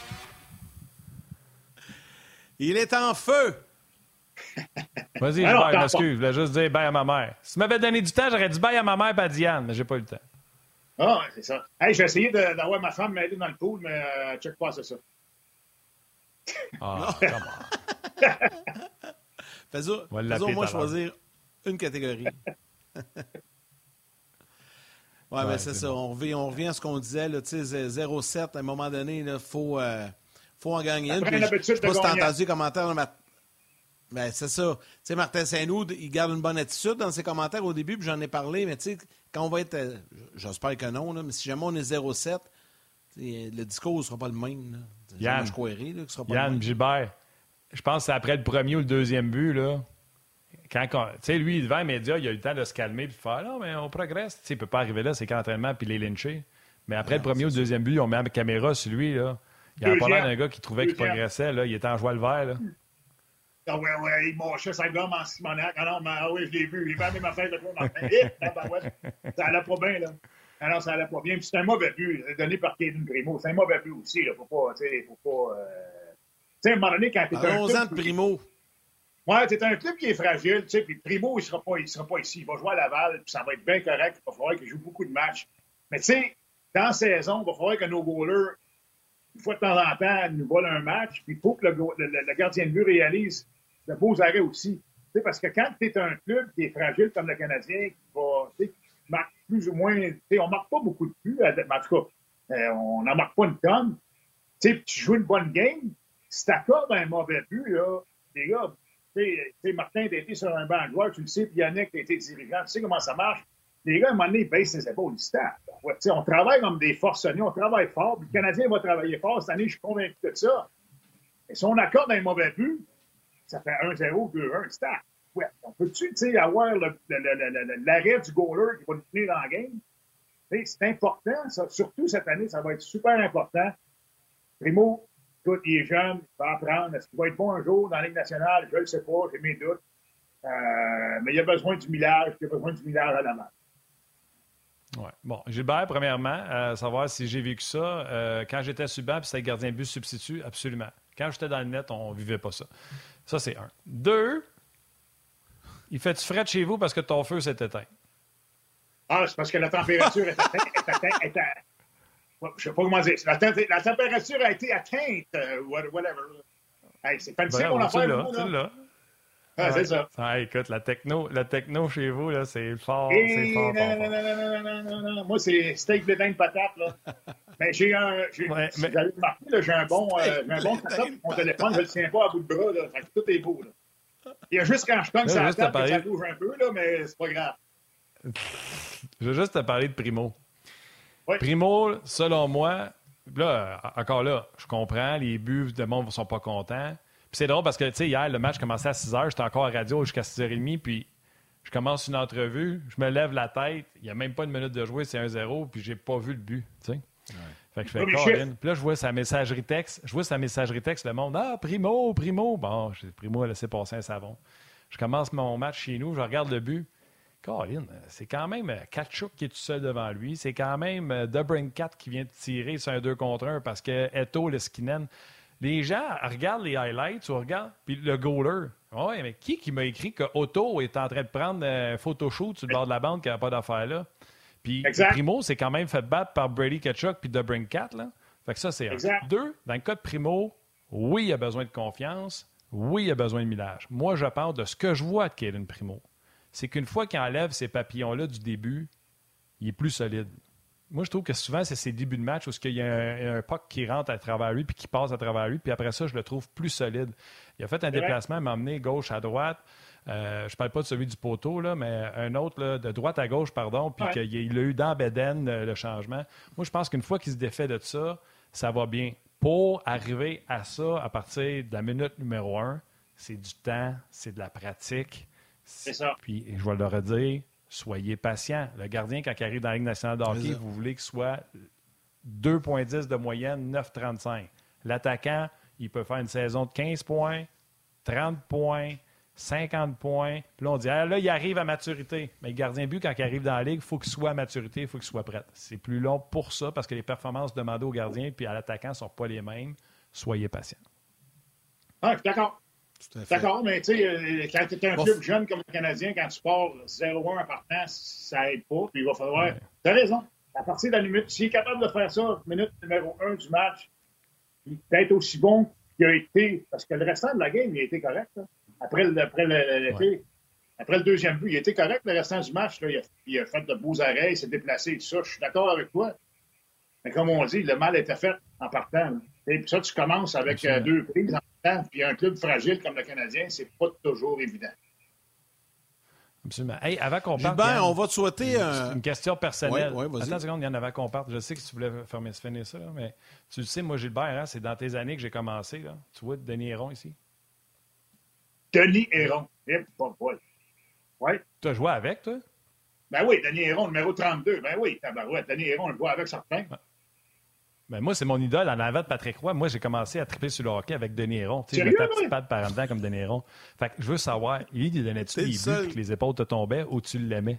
Il est en feu! Vas-y, Gilbert, m'excuse. Je voulais juste dire bye à ma mère. Si tu m'avais donné du temps, j'aurais dit bye à ma mère et à Diane, mais j'ai pas eu le temps. Ah, c'est ça. Hey, j'ai essayé d'avoir ma femme m'aider dans le pool, mais check pas, c'est ça. Ah, comment? Fais-moi choisir une catégorie. Ouais, mais c'est ça. Bon. On revient à ce qu'on disait, là, 0-7, à un moment donné, il faut en gagner une. Je ne sais pas si tu as entendu les commentaires. Ben, c'est ça. Tu sais, Martin Saint-Loup, il garde une bonne attitude dans ses commentaires au début, puis j'en ai parlé, mais tu sais, quand on va être, j'espère que non, là, mais si jamais on est 0-7, le discours ne sera pas le même. Yann, Gilbert, je pense que c'est après le premier ou le deuxième but, là. Tu sais, lui, devant les médias, il a eu le temps de se calmer et de faire « Non, mais on progresse. » Tu sais, il ne peut pas arriver là, c'est qu'entraînement puis les lyncher. Mais après le premier ou le deuxième but, on met la caméra sur lui, là. Il n'a pas l'air d'un gars qui trouvait qu'il progressait, là. Il était en joie le vert, là. Ah ouais, il mâchait sa gomme en Simonac. Ah non, oui, je l'ai vu. J'ai fait la même affaire de quoi dans ça allait pas bien, là. Alors, ça allait pas bien. Puis c'est un mauvais but donné par Kevin Primo. C'est un mauvais but aussi, là. Faut pas... Tu sais, à un moment donné, quand t'es un 11 ans de Primo. Ouais, t'es un club qui est fragile, tu sais, puis Primo, il sera pas ici. Il va jouer à Laval, puis ça va être bien correct. Il va falloir qu'il joue beaucoup de matchs. Mais tu sais, dans la saison, il va falloir que nos goalers, une fois de temps en temps, nous volent un match, puis il faut que le gardien de but réalise de beaux arrêts aussi. Tu sais, parce que quand t'es un club qui est fragile comme le Canadien, qui marque plus ou moins... Tu sais, on marque pas beaucoup de buts, en tout cas, on n'en marque pas une tonne. Tu sais, tu joues une bonne game, si t'accordes un mauvais but, là, les gars... Tu sais, Martin, t'as été sur un banc de joueurs, tu le sais, puis Yannick, t'as été dirigeant, tu sais comment ça marche. Les gars, à un moment donné, ils baissent les épaules du stade. Ouais, on travaille comme des forcenés, on travaille fort, puis le Canadien va travailler fort. Cette année, je suis convaincu de ça. Et si on accorde un mauvais but, ça fait 1-0, 2-1, le stade. Ouais, on peut-tu avoir l'arrêt du goaler qui va nous tenir dans la game? C'est important, ça. Surtout cette année, ça va être super important. Primo, écoute, il est jeune, il va apprendre. Est-ce qu'il va être bon un jour dans la Ligue nationale? Je ne le sais pas, j'ai mes doutes. Mais il a besoin du millage, il a besoin du millage à la main. Ouais. Bon, Gilbert, premièrement, savoir si j'ai vécu ça. Quand j'étais sur le banc, puis c'était gardien de but substitut, absolument. Quand j'étais dans le net, on ne vivait pas ça. Ça, c'est 1. 2, il fait-tu frais de chez vous parce que ton feu s'est éteint? Ah, c'est parce que la température est atteinte. Je ne sais pas comment dire. La température a été atteinte, whatever. Hey, c'est fancy mon affaire, là. Ah, c'est ça. Ah, écoute, la techno chez vous, là, c'est fort. Non. Moi, c'est steak de dinde patate, là. Mais j'ai un bon setup. Mon téléphone, je ne le tiens pas à bout de bras, là. Fait que tout est beau, là. Il y a juste quand je cogne sur la table que ça bouge un peu, là, mais c'est pas grave. Je veux juste te parler de Primo. Oui. Primo, selon moi, là, encore là, je comprends, les buts de monde ne sont pas contents. Puis c'est drôle parce que, tu sais, hier, le match commençait à 6 h, j'étais encore à radio jusqu'à 6 h30, puis je commence une entrevue, je me lève la tête, il n'y a même pas une minute de jouer, c'est 1-0, puis j'ai pas vu le but, tu sais. Ouais. Fait que je fais Colin. Puis là, je vois sa messagerie texte. Le monde, Primo. Bon, Primo a laissé passer un savon. Je commence mon match chez nous, je regarde le but. Colin, c'est quand même Tkachuk qui est tout seul devant lui. C'est quand même DeBrincat qui vient de tirer sur un 2 contre 1 parce que Eto, Leskinen. Les gens regardent les highlights ou regardent, puis le goaler. Oui, mais qui m'a écrit que Otto est en train de prendre un photoshoot sur le bord de la bande qui n'a pas d'affaire là? Puis Primo, c'est quand même fait battre par Brady Tkachuk puis DeBrincat, là. Fait que ça, c'est un. 2, dans le cas de Primo, oui, il a besoin de confiance. Oui, il a besoin de millage. Moi, je parle de ce que je vois de Cayden Primo. C'est qu'une fois qu'il enlève ces papillons-là du début, il est plus solide. Moi, je trouve que souvent, c'est ses débuts de match où il y a un puck qui rentre à travers lui puis qui passe à travers lui. Puis après ça, je le trouve plus solide. Il a fait un déplacement, il m'a emmené gauche à droite. Je parle pas de celui du poteau, là, mais un autre là, de droite à gauche, pardon, puis qu'il a eu dans Beden le changement. Moi, je pense qu'une fois qu'il se défait de ça, ça va bien. Pour arriver à ça, à partir de la minute numéro 1, c'est du temps, c'est de la pratique. C'est ça. Puis, je vais le redire, soyez patient. Le gardien, quand il arrive dans la Ligue nationale de hockey, vous voulez qu'il soit 2,10 de moyenne, 9,35. L'attaquant, il peut faire une saison de 15 points, 30 points, 50 points. Puis là, on dit, là, il arrive à maturité. Mais le gardien but, quand il arrive dans la Ligue, il faut qu'il soit à maturité, il faut qu'il soit prêt. C'est plus long pour ça, parce que les performances demandées au gardien puis à l'attaquant ne sont pas les mêmes. Soyez patient. Ah, d'accord. D'accord, mais tu sais, quand tu es un club jeune comme le Canadien, quand tu pars 0-1 en partant, ça aide pas. Puis il va falloir. Ouais. Tu as raison. À partir de la minute, s'il est capable de faire ça, minute numéro 1 du match, peut-être aussi bon qu'il a été. Parce que le restant de la game, il a été correct. Là. Après le deuxième but, il a été correct le restant du match. Là. Il a fait de beaux arrêts, il s'est déplacé, tout ça. Je suis d'accord avec toi. Mais comme on dit, le mal était fait en partant. Et puis ça, tu commences avec 2 prises en partant. Puis un club fragile comme le Canadien, c'est pas toujours évident. Absolument. Hey, avant qu'on parte, Gilbert, on va te souhaiter une question personnelle. Oui, attends une seconde, Yann, avant qu'on parte. Je sais que tu voulais finir ça, là, mais tu le sais, moi, Gilbert, c'est dans tes années que j'ai commencé. Là. Tu vois, Denis Héron ici. Denis Héron. Oui. Tu as joué avec, toi? Ben oui, Denis Héron, numéro 32. Ben oui, Denis Héron, on le voit avec certains. Ben moi, c'est mon idole en avant de Patrick Roy. Moi, j'ai commencé à triper sur le hockey avec Denis Héron. Tu sais, je mettais un petit pad par en dedans comme Denis Héron. Fait que je veux savoir, il donnait-tu des buts et que les épaules te tombaient ou tu l'aimais?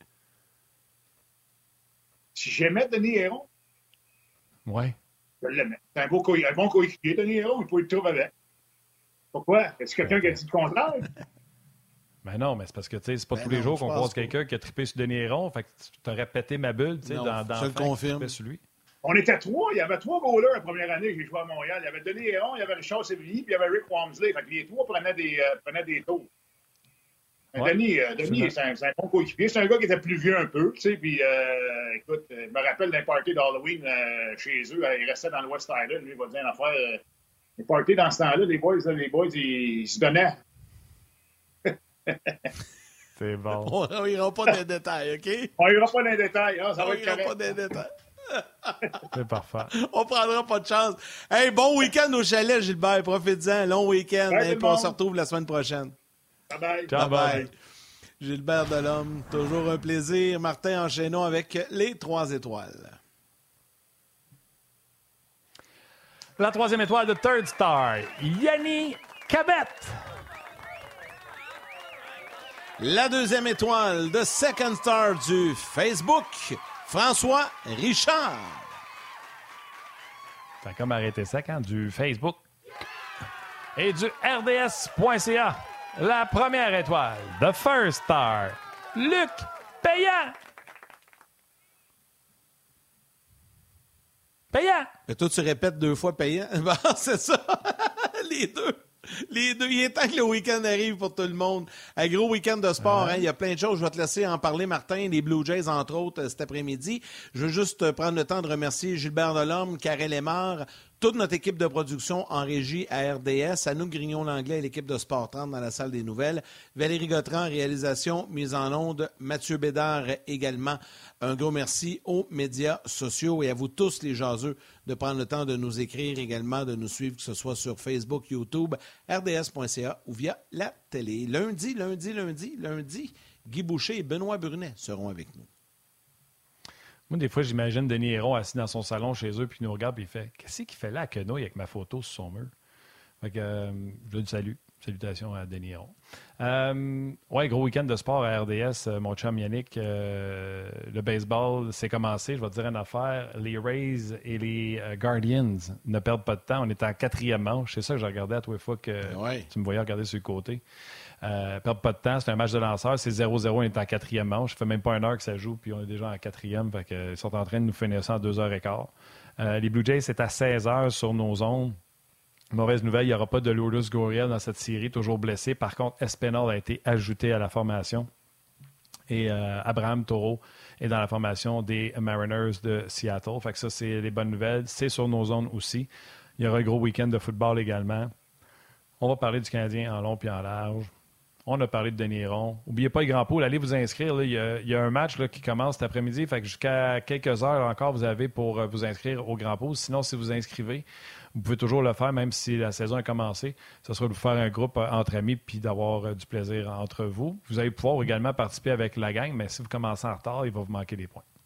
Si j'aimais Denis Héron? Oui. Je l'aimais. C'est un bon coéquipier, Denis Héron. Il faut le trouver avec. Pourquoi? Est-ce quelqu'un qui a dit le contraire? Ben non, mais c'est parce que tu sais, c'est pas tous les jours qu'on croise quelqu'un qui a trippé sur Denis Héron. Fait que tu aurais pété ma bulle, tu sais, dans je le confirme. Sur lui. On était 3. Il y avait 3 goalers la première année que j'ai joué à Montréal. Il y avait Denis Héron, il y avait Richard Sévilly, puis il y avait Rick Wamsley. Fait que les 3 prenaient des tours. Ouais, Denis c'est un bon coéquipier. C'est un gars qui était plus vieux un peu, tu sais, puis écoute, je me rappelle d'un party d'Halloween chez eux. Il restait dans le West Island. Lui, il va dire une affaire. Les parties dans ce temps-là, les boys, ils se donnaient. C'est bon. On n'ira pas dans les détails, OK? On n'ira pas dans les détails. Hein, ça va être correct. Pas dans les détails. C'est parfait. On prendra pas de chance. Hey, bon week-end au chalet, Gilbert. Profite-en. Long week-end. Et on se retrouve la semaine prochaine. Bye-bye. Ciao, bye. Gilbert Delhomme, toujours un plaisir. Martin, enchaînons avec les 3 étoiles. La 3e étoile de Third Star, Yanni Cabette. La 2e étoile de Second Star du Facebook, François Richard. T'as comme arrêté ça quand du Facebook. Et du RDS.ca, la première étoile de First Star, Luc Payant. Payant. Et toi, tu répètes 2 fois payant. Bon, c'est ça. Les deux. Il est temps que le week-end arrive pour tout le monde. Un gros week-end de sport. Il y a plein de choses. Je vais te laisser en parler, Martin. Les Blue Jays, entre autres, cet après-midi. Je veux juste prendre le temps de remercier Gilbert Delhomme, Karel Aymar, toute notre équipe de production en régie à RDS, Anouk Grignon-Langlais et l'équipe de Sport 30 dans la salle des nouvelles, Valérie Gautran, réalisation, mise en onde, Mathieu Bédard également. Un gros merci aux médias sociaux et à vous tous les jaseux de prendre le temps de nous écrire également, de nous suivre, que ce soit sur Facebook, YouTube, rds.ca ou via la télé. Lundi, Guy Boucher et Benoît Brunet seront avec nous. Moi, des fois, j'imagine Denis Héron assis dans son salon chez eux, puis il nous regarde, puis il fait « Qu'est-ce qu'il fait là à Quenouille avec ma photo sur son mur? » Fait que je le salue. Salutations à Denis Héron. Ouais, gros week-end de sport à RDS, mon chum Yannick. Le baseball, c'est commencé. Je vais te dire une affaire. Les Rays et les Guardians ne perdent pas de temps. On est en 4e manche. C'est ça que j'ai regardé à tous les fois que tu me voyais regarder sur le côté. Perdent pas de temps. C'est un match de lanceurs. C'est 0-0. On est en 4e manche. Ça fait même pas 1 heure que ça joue, puis on est déjà en 4e. Fait que, ils sont en train de nous finir ça en 2h15. Les Blue Jays, c'est à 16h sur nos ondes. Mauvaise nouvelle, il n'y aura pas de Lourdes Gurriel dans cette série, toujours blessé. Par contre, Espinal a été ajouté à la formation. Et Abraham Taureau est dans la formation des Mariners de Seattle. Fait que ça, c'est les bonnes nouvelles. C'est sur nos zones aussi. Il y aura un gros week-end de football également. On va parler du Canadien en long et en large. On a parlé de Denis Héron. N'oubliez pas les grands pôles, allez vous inscrire. Là. Il y a un match là, qui commence cet après-midi. Fait que jusqu'à quelques heures encore, vous avez pour vous inscrire au grand pôle. Sinon, si vous inscrivez, vous pouvez toujours le faire, même si la saison a commencé. Ce sera de vous faire un groupe entre amis puis d'avoir du plaisir entre vous. Vous allez pouvoir également participer avec la gang, mais si vous commencez en retard, il va vous manquer des points.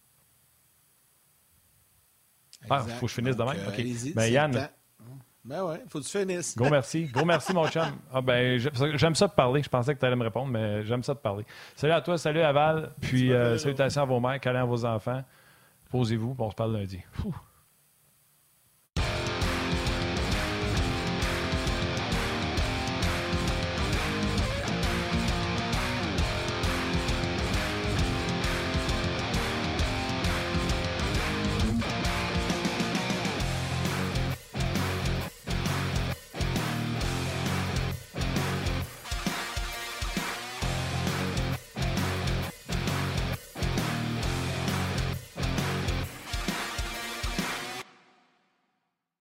Il faut que je finisse demain. OK. Ben, Yann. Ben ouais, faut que tu finisses. Gros merci, mon chum. J'aime ça de parler. Je pensais que tu allais me répondre, mais j'aime ça de parler. Salut à toi, salut à Val. Puis salutations à vos mères, câlins à vos enfants. Posez-vous, on se parle lundi.